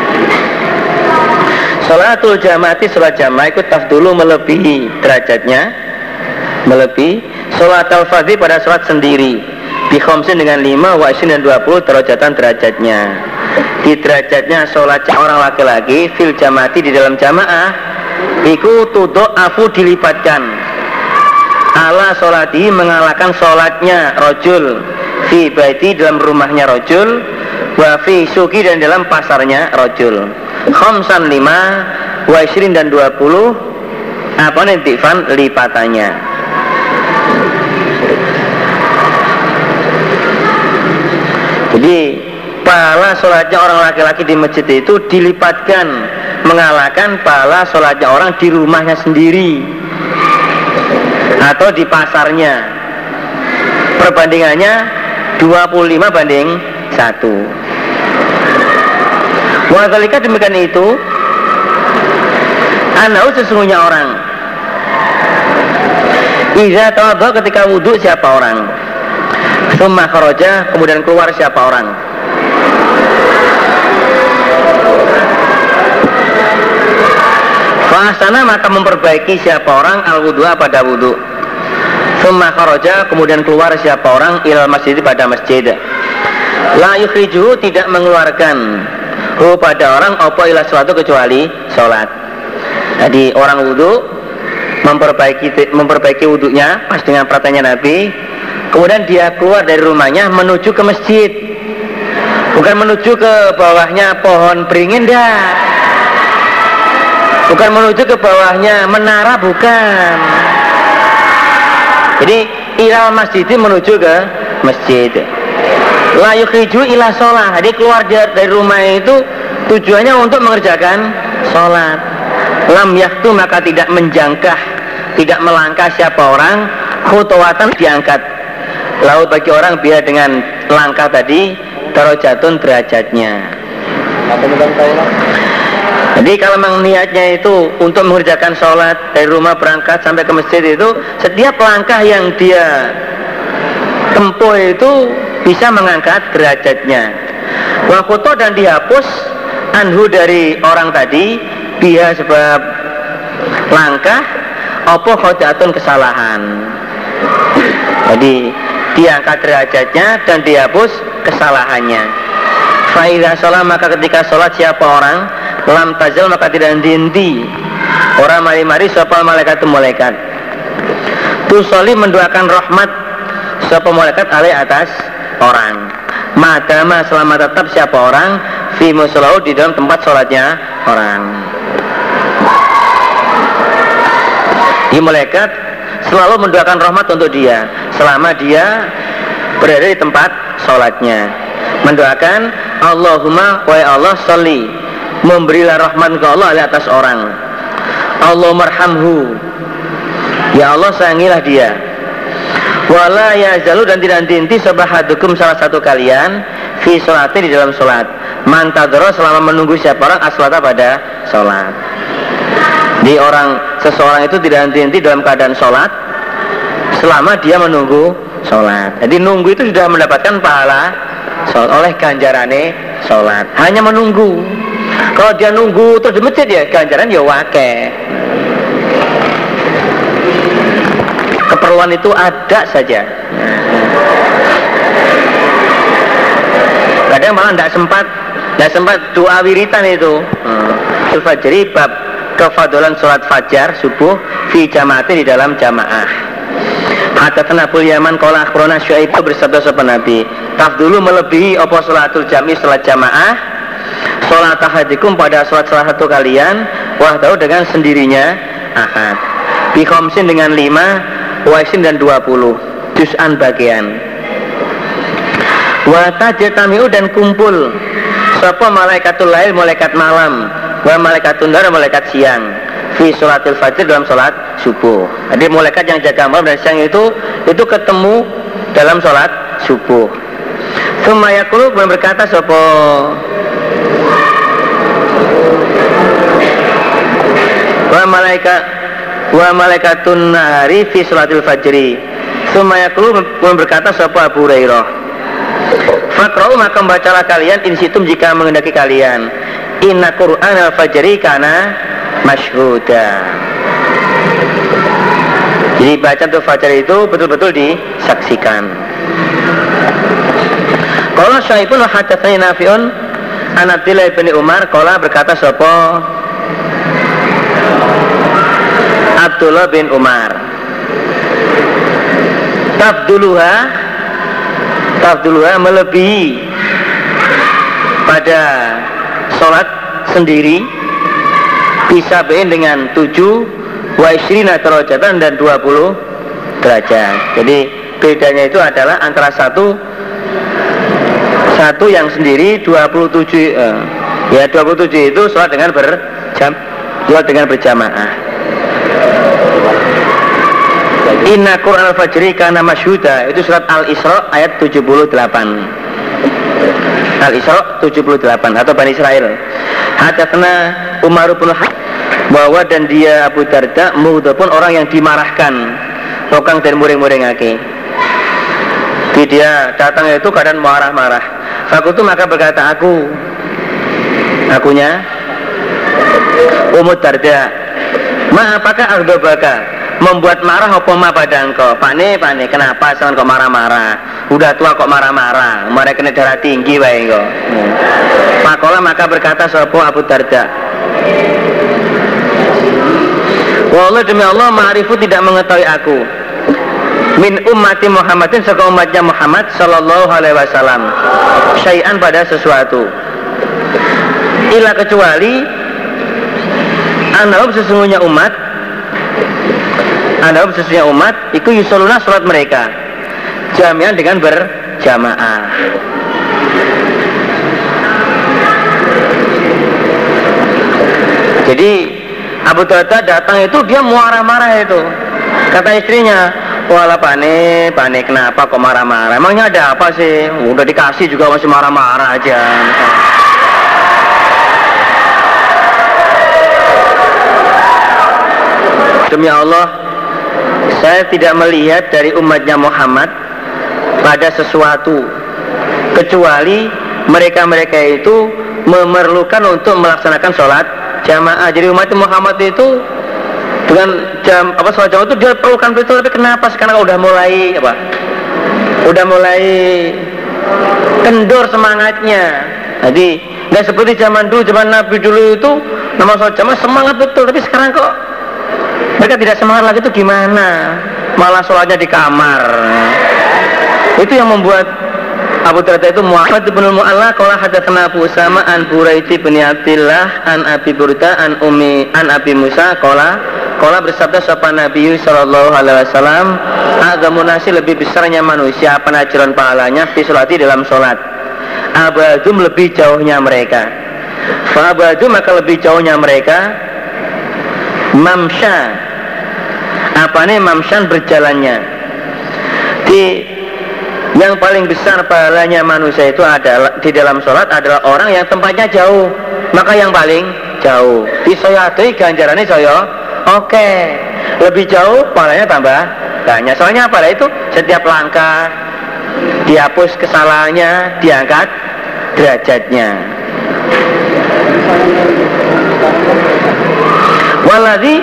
sholatul jamaati sholat jamaah ikut tafdulu melebihi derajatnya, melebihi sholat al-fadhi pada sholat sendiri bi khamsin dengan 5 wa isin dan 20 derajatan derajatnya. Di derajatnya sholat orang laki-laki fil jamaati di dalam jamaah iku tudha'afu dilipatkan ala sholati mengalahkan sholatnya rojul fi baiti dalam rumahnya rojul wa fi suki dan dalam pasarnya rojul. Khamsan 5 wa isin dan 20 apa nantifan lipatannya. Jadi pahala sholatnya orang laki-laki di masjid itu dilipatkan mengalahkan pahala sholatnya orang di rumahnya sendiri atau di pasarnya. Perbandingannya 25 banding 1. Wa dzalika demikian itu anau sesungguhnya orang iza tawadha ketika wudu siapa orang, tsumma kharaja kemudian keluar siapa orang, fahsana maka memperbaiki siapa orang al wudu'a pada wudu, tsumma kharaja kemudian keluar siapa orang ilal masjid pada masjid, la yukhriju tidak mengeluarkan hu pada orang apa ila suatu kecuali sholat. Jadi orang wudu memperbaiki wudunya pas dengan perintahnya Nabi, kemudian dia keluar dari rumahnya menuju ke masjid, bukan menuju ke bawahnya pohon beringin dah, bukan menuju ke bawahnya menara, bukan. Jadi ilal masjid menuju ke masjid. La yukhriju ila sholat. Jadi keluar dari rumah itu tujuannya untuk mengerjakan sholat. Lam yaktu maka tidak menjangkah, tidak melangkah siapa orang khutwatan diangkat laut bagi orang biar dengan langkah tadi darajatun derajatnya. Jadi kalau memang niatnya itu untuk mengerjakan sholat dari rumah berangkat sampai ke masjid itu, setiap langkah yang dia tempuh itu bisa mengangkat derajatnya. Wa khutwa dan dihapus anhu dari orang tadi biha sebab langkah apa khot'atun kesalahan. Jadi diangkat derajatnya dan dihapus kesalahannya. Fa idza shalah maka ketika sholat siapa orang lam tazal maka tidak henti orang mari-mari sapa malaikat tusoli mendoakan rahmat sapa malaikat alai atas orang madama selama tetap siapa orang fi musallahu di dalam tempat sholatnya orang. Di malaikat selalu mendoakan rahmat untuk dia selama dia berada di tempat sholatnya, mendoakan Allahumma wa ya Allah sholli memberilah rahmat ke Allah di atas orang, Allah marhamhu ya Allah sayangilah dia, wala yazalu dan tidak henti sabahadukum salah satu kalian fi sholati di dalam sholat mantadro selama menunggu siapa orang aslata pada sholat. Di seseorang itu tidak henti-henti dalam keadaan sholat selama dia menunggu sholat. Jadi nunggu itu sudah mendapatkan pahala oleh ganjarane sholat. Hanya menunggu. Kalau dia nunggu terus di masjid ya ganjaran ya wake. Keperluan itu ada saja. Kadang malah tidak sempat doa wiritan itu. Fajri bab kefadolan sholat fajar subuh fi jamaatin di dalam jamaah. Hadatsana Abul Yaman qala akhbarana Syuaib bersabda sapa Nabi, tafdulu melebihi apa sholatul jami salat jamaah salat ahadikum pada salat salah satu kalian wahdahu dengan sendirinya ahad bi khamsin dengan 5 waisin dan 20 juz'an bagian wa tajtami'u dan kumpul sapa malaikatul lail malaikat malam wa malaikatun nar malaikat siang fi sholatil fajr dalam sholat subuh. Jadi malaikat yang jaga malam dan siang itu ketemu dalam sholat subuh. Tsumma yaqulu berkata sapa wa malaikatun nahari fi sholatil fajri. Tsumma yaqulu berkata sapa Abu Hurairah, faqra'u maka membacalah kalian in situm jika menghendaki kalian inna Qur'an al-fajri kana masyhuda. Jadi bacaan untuk fajar itu betul-betul disaksikan. Qala Syaibun wa hadatsani Nafi'un an Abdillah bin Umar qala berkata sapa Abdullah bin Umar tafduluha melebihi pada sholat sendiri bisa bein dengan 7 wa isrina derajatan dan 20 derajat. Jadi bedanya itu adalah antara satu yang sendiri 27 27 itu sholat dengan sholat dengan berjamaah. Inna Qur'an al-fajri kana masyhuda, itu surat Al-Isra ayat 78. Al-Isra 78 atau Bani Israel. Hadatsana Umar bin bahwa dan dia Abu Darda mughdhabun, orang yang dimarahkan, rokang dan muring-muringake. Dia datang itu keadaan marah-marah. Fakultu, maka berkata akunya Ummu Darda, ma apakah aghdabaka, membuat marah apa ma pada engkau? Pane, kenapa sampean kok marah-marah? Udah tua kok marah-marah, mereka kena darah tinggi wae engkau. Pakola, maka berkata sapa Abu Darda, wallah demi Allah, ma'rifu tidak mengetahui aku, min ummati Muhammadin, saka umatnya Muhammad sallallahu alaihi wasallam, syai'an pada sesuatu, ila kecuali anahum sesungguhnya umat iku yusoluna sholat mereka jami'an dengan berjamaah. Jadi Abu Darda datang itu dia marah-marah itu. Kata istrinya, wala pane kenapa kok marah-marah? Emangnya ada apa sih? Udah dikasih juga masih marah-marah aja. Demi Allah, saya tidak melihat dari umatnya Muhammad pada sesuatu kecuali mereka itu memerlukan untuk melaksanakan sholat jamaah. Jadi umat Muhammad itu dengan sholat jamaah itu dia perlukan betul, tapi kenapa sekarang udah mulai kendor semangatnya. Jadi nggak seperti zaman Nabi dulu itu nama sholat jamaah semangat betul, tapi sekarang kok mereka tidak semangat lagi, itu gimana? Malah sholatnya di kamar. Itu yang membuat Abu Darda itu Muhammad bin Mu'alla qala hadatsana Abu Usama an Buraidi bin Abdillah an Abi Burda an Abi Musa qala bersabda sapa Nabi sallallahu alaihi wasallam, agama nasi lebih besarnya manusia pengajaran pahalanya fi sholati dalam sholat, abadum lebih jauhnya mereka, fa abadum maka lebih jauhnya mereka, mamsya mamsyan berjalannya. Yang paling besar pahalanya manusia itu adalah di dalam sholat adalah orang yang tempatnya jauh, maka yang paling jauh disoyati ganjarannya oke, lebih jauh pahalanya tambah banyak. Soalnya apa itu? Setiap langkah dihapus kesalahannya, diangkat derajatnya. Waladhi,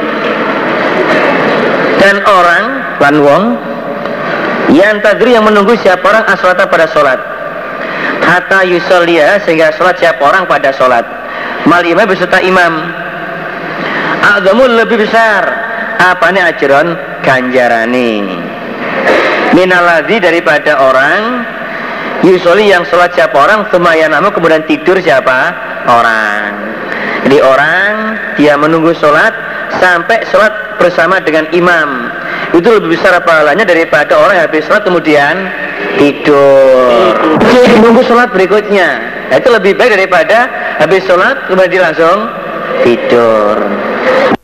dan orang lan wong yang tadri, yang menunggu siapa orang aswata pada sholat, hatta yusolliya, sehingga sholat siapa orang pada sholat, mal imam beserta imam, agama lebih besar apane ajron ganjarani, minaladhi daripada orang yusoli yang sholat siapa orang, sumayanamu kemudian tidur siapa orang. Jadi orang dia menunggu sholat sampai sholat bersama dengan imam, itu lebih besar pahalanya daripada orang yang habis sholat kemudian tidur. Jadi menunggu sholat berikutnya, itu lebih baik daripada habis sholat kemudian langsung tidur.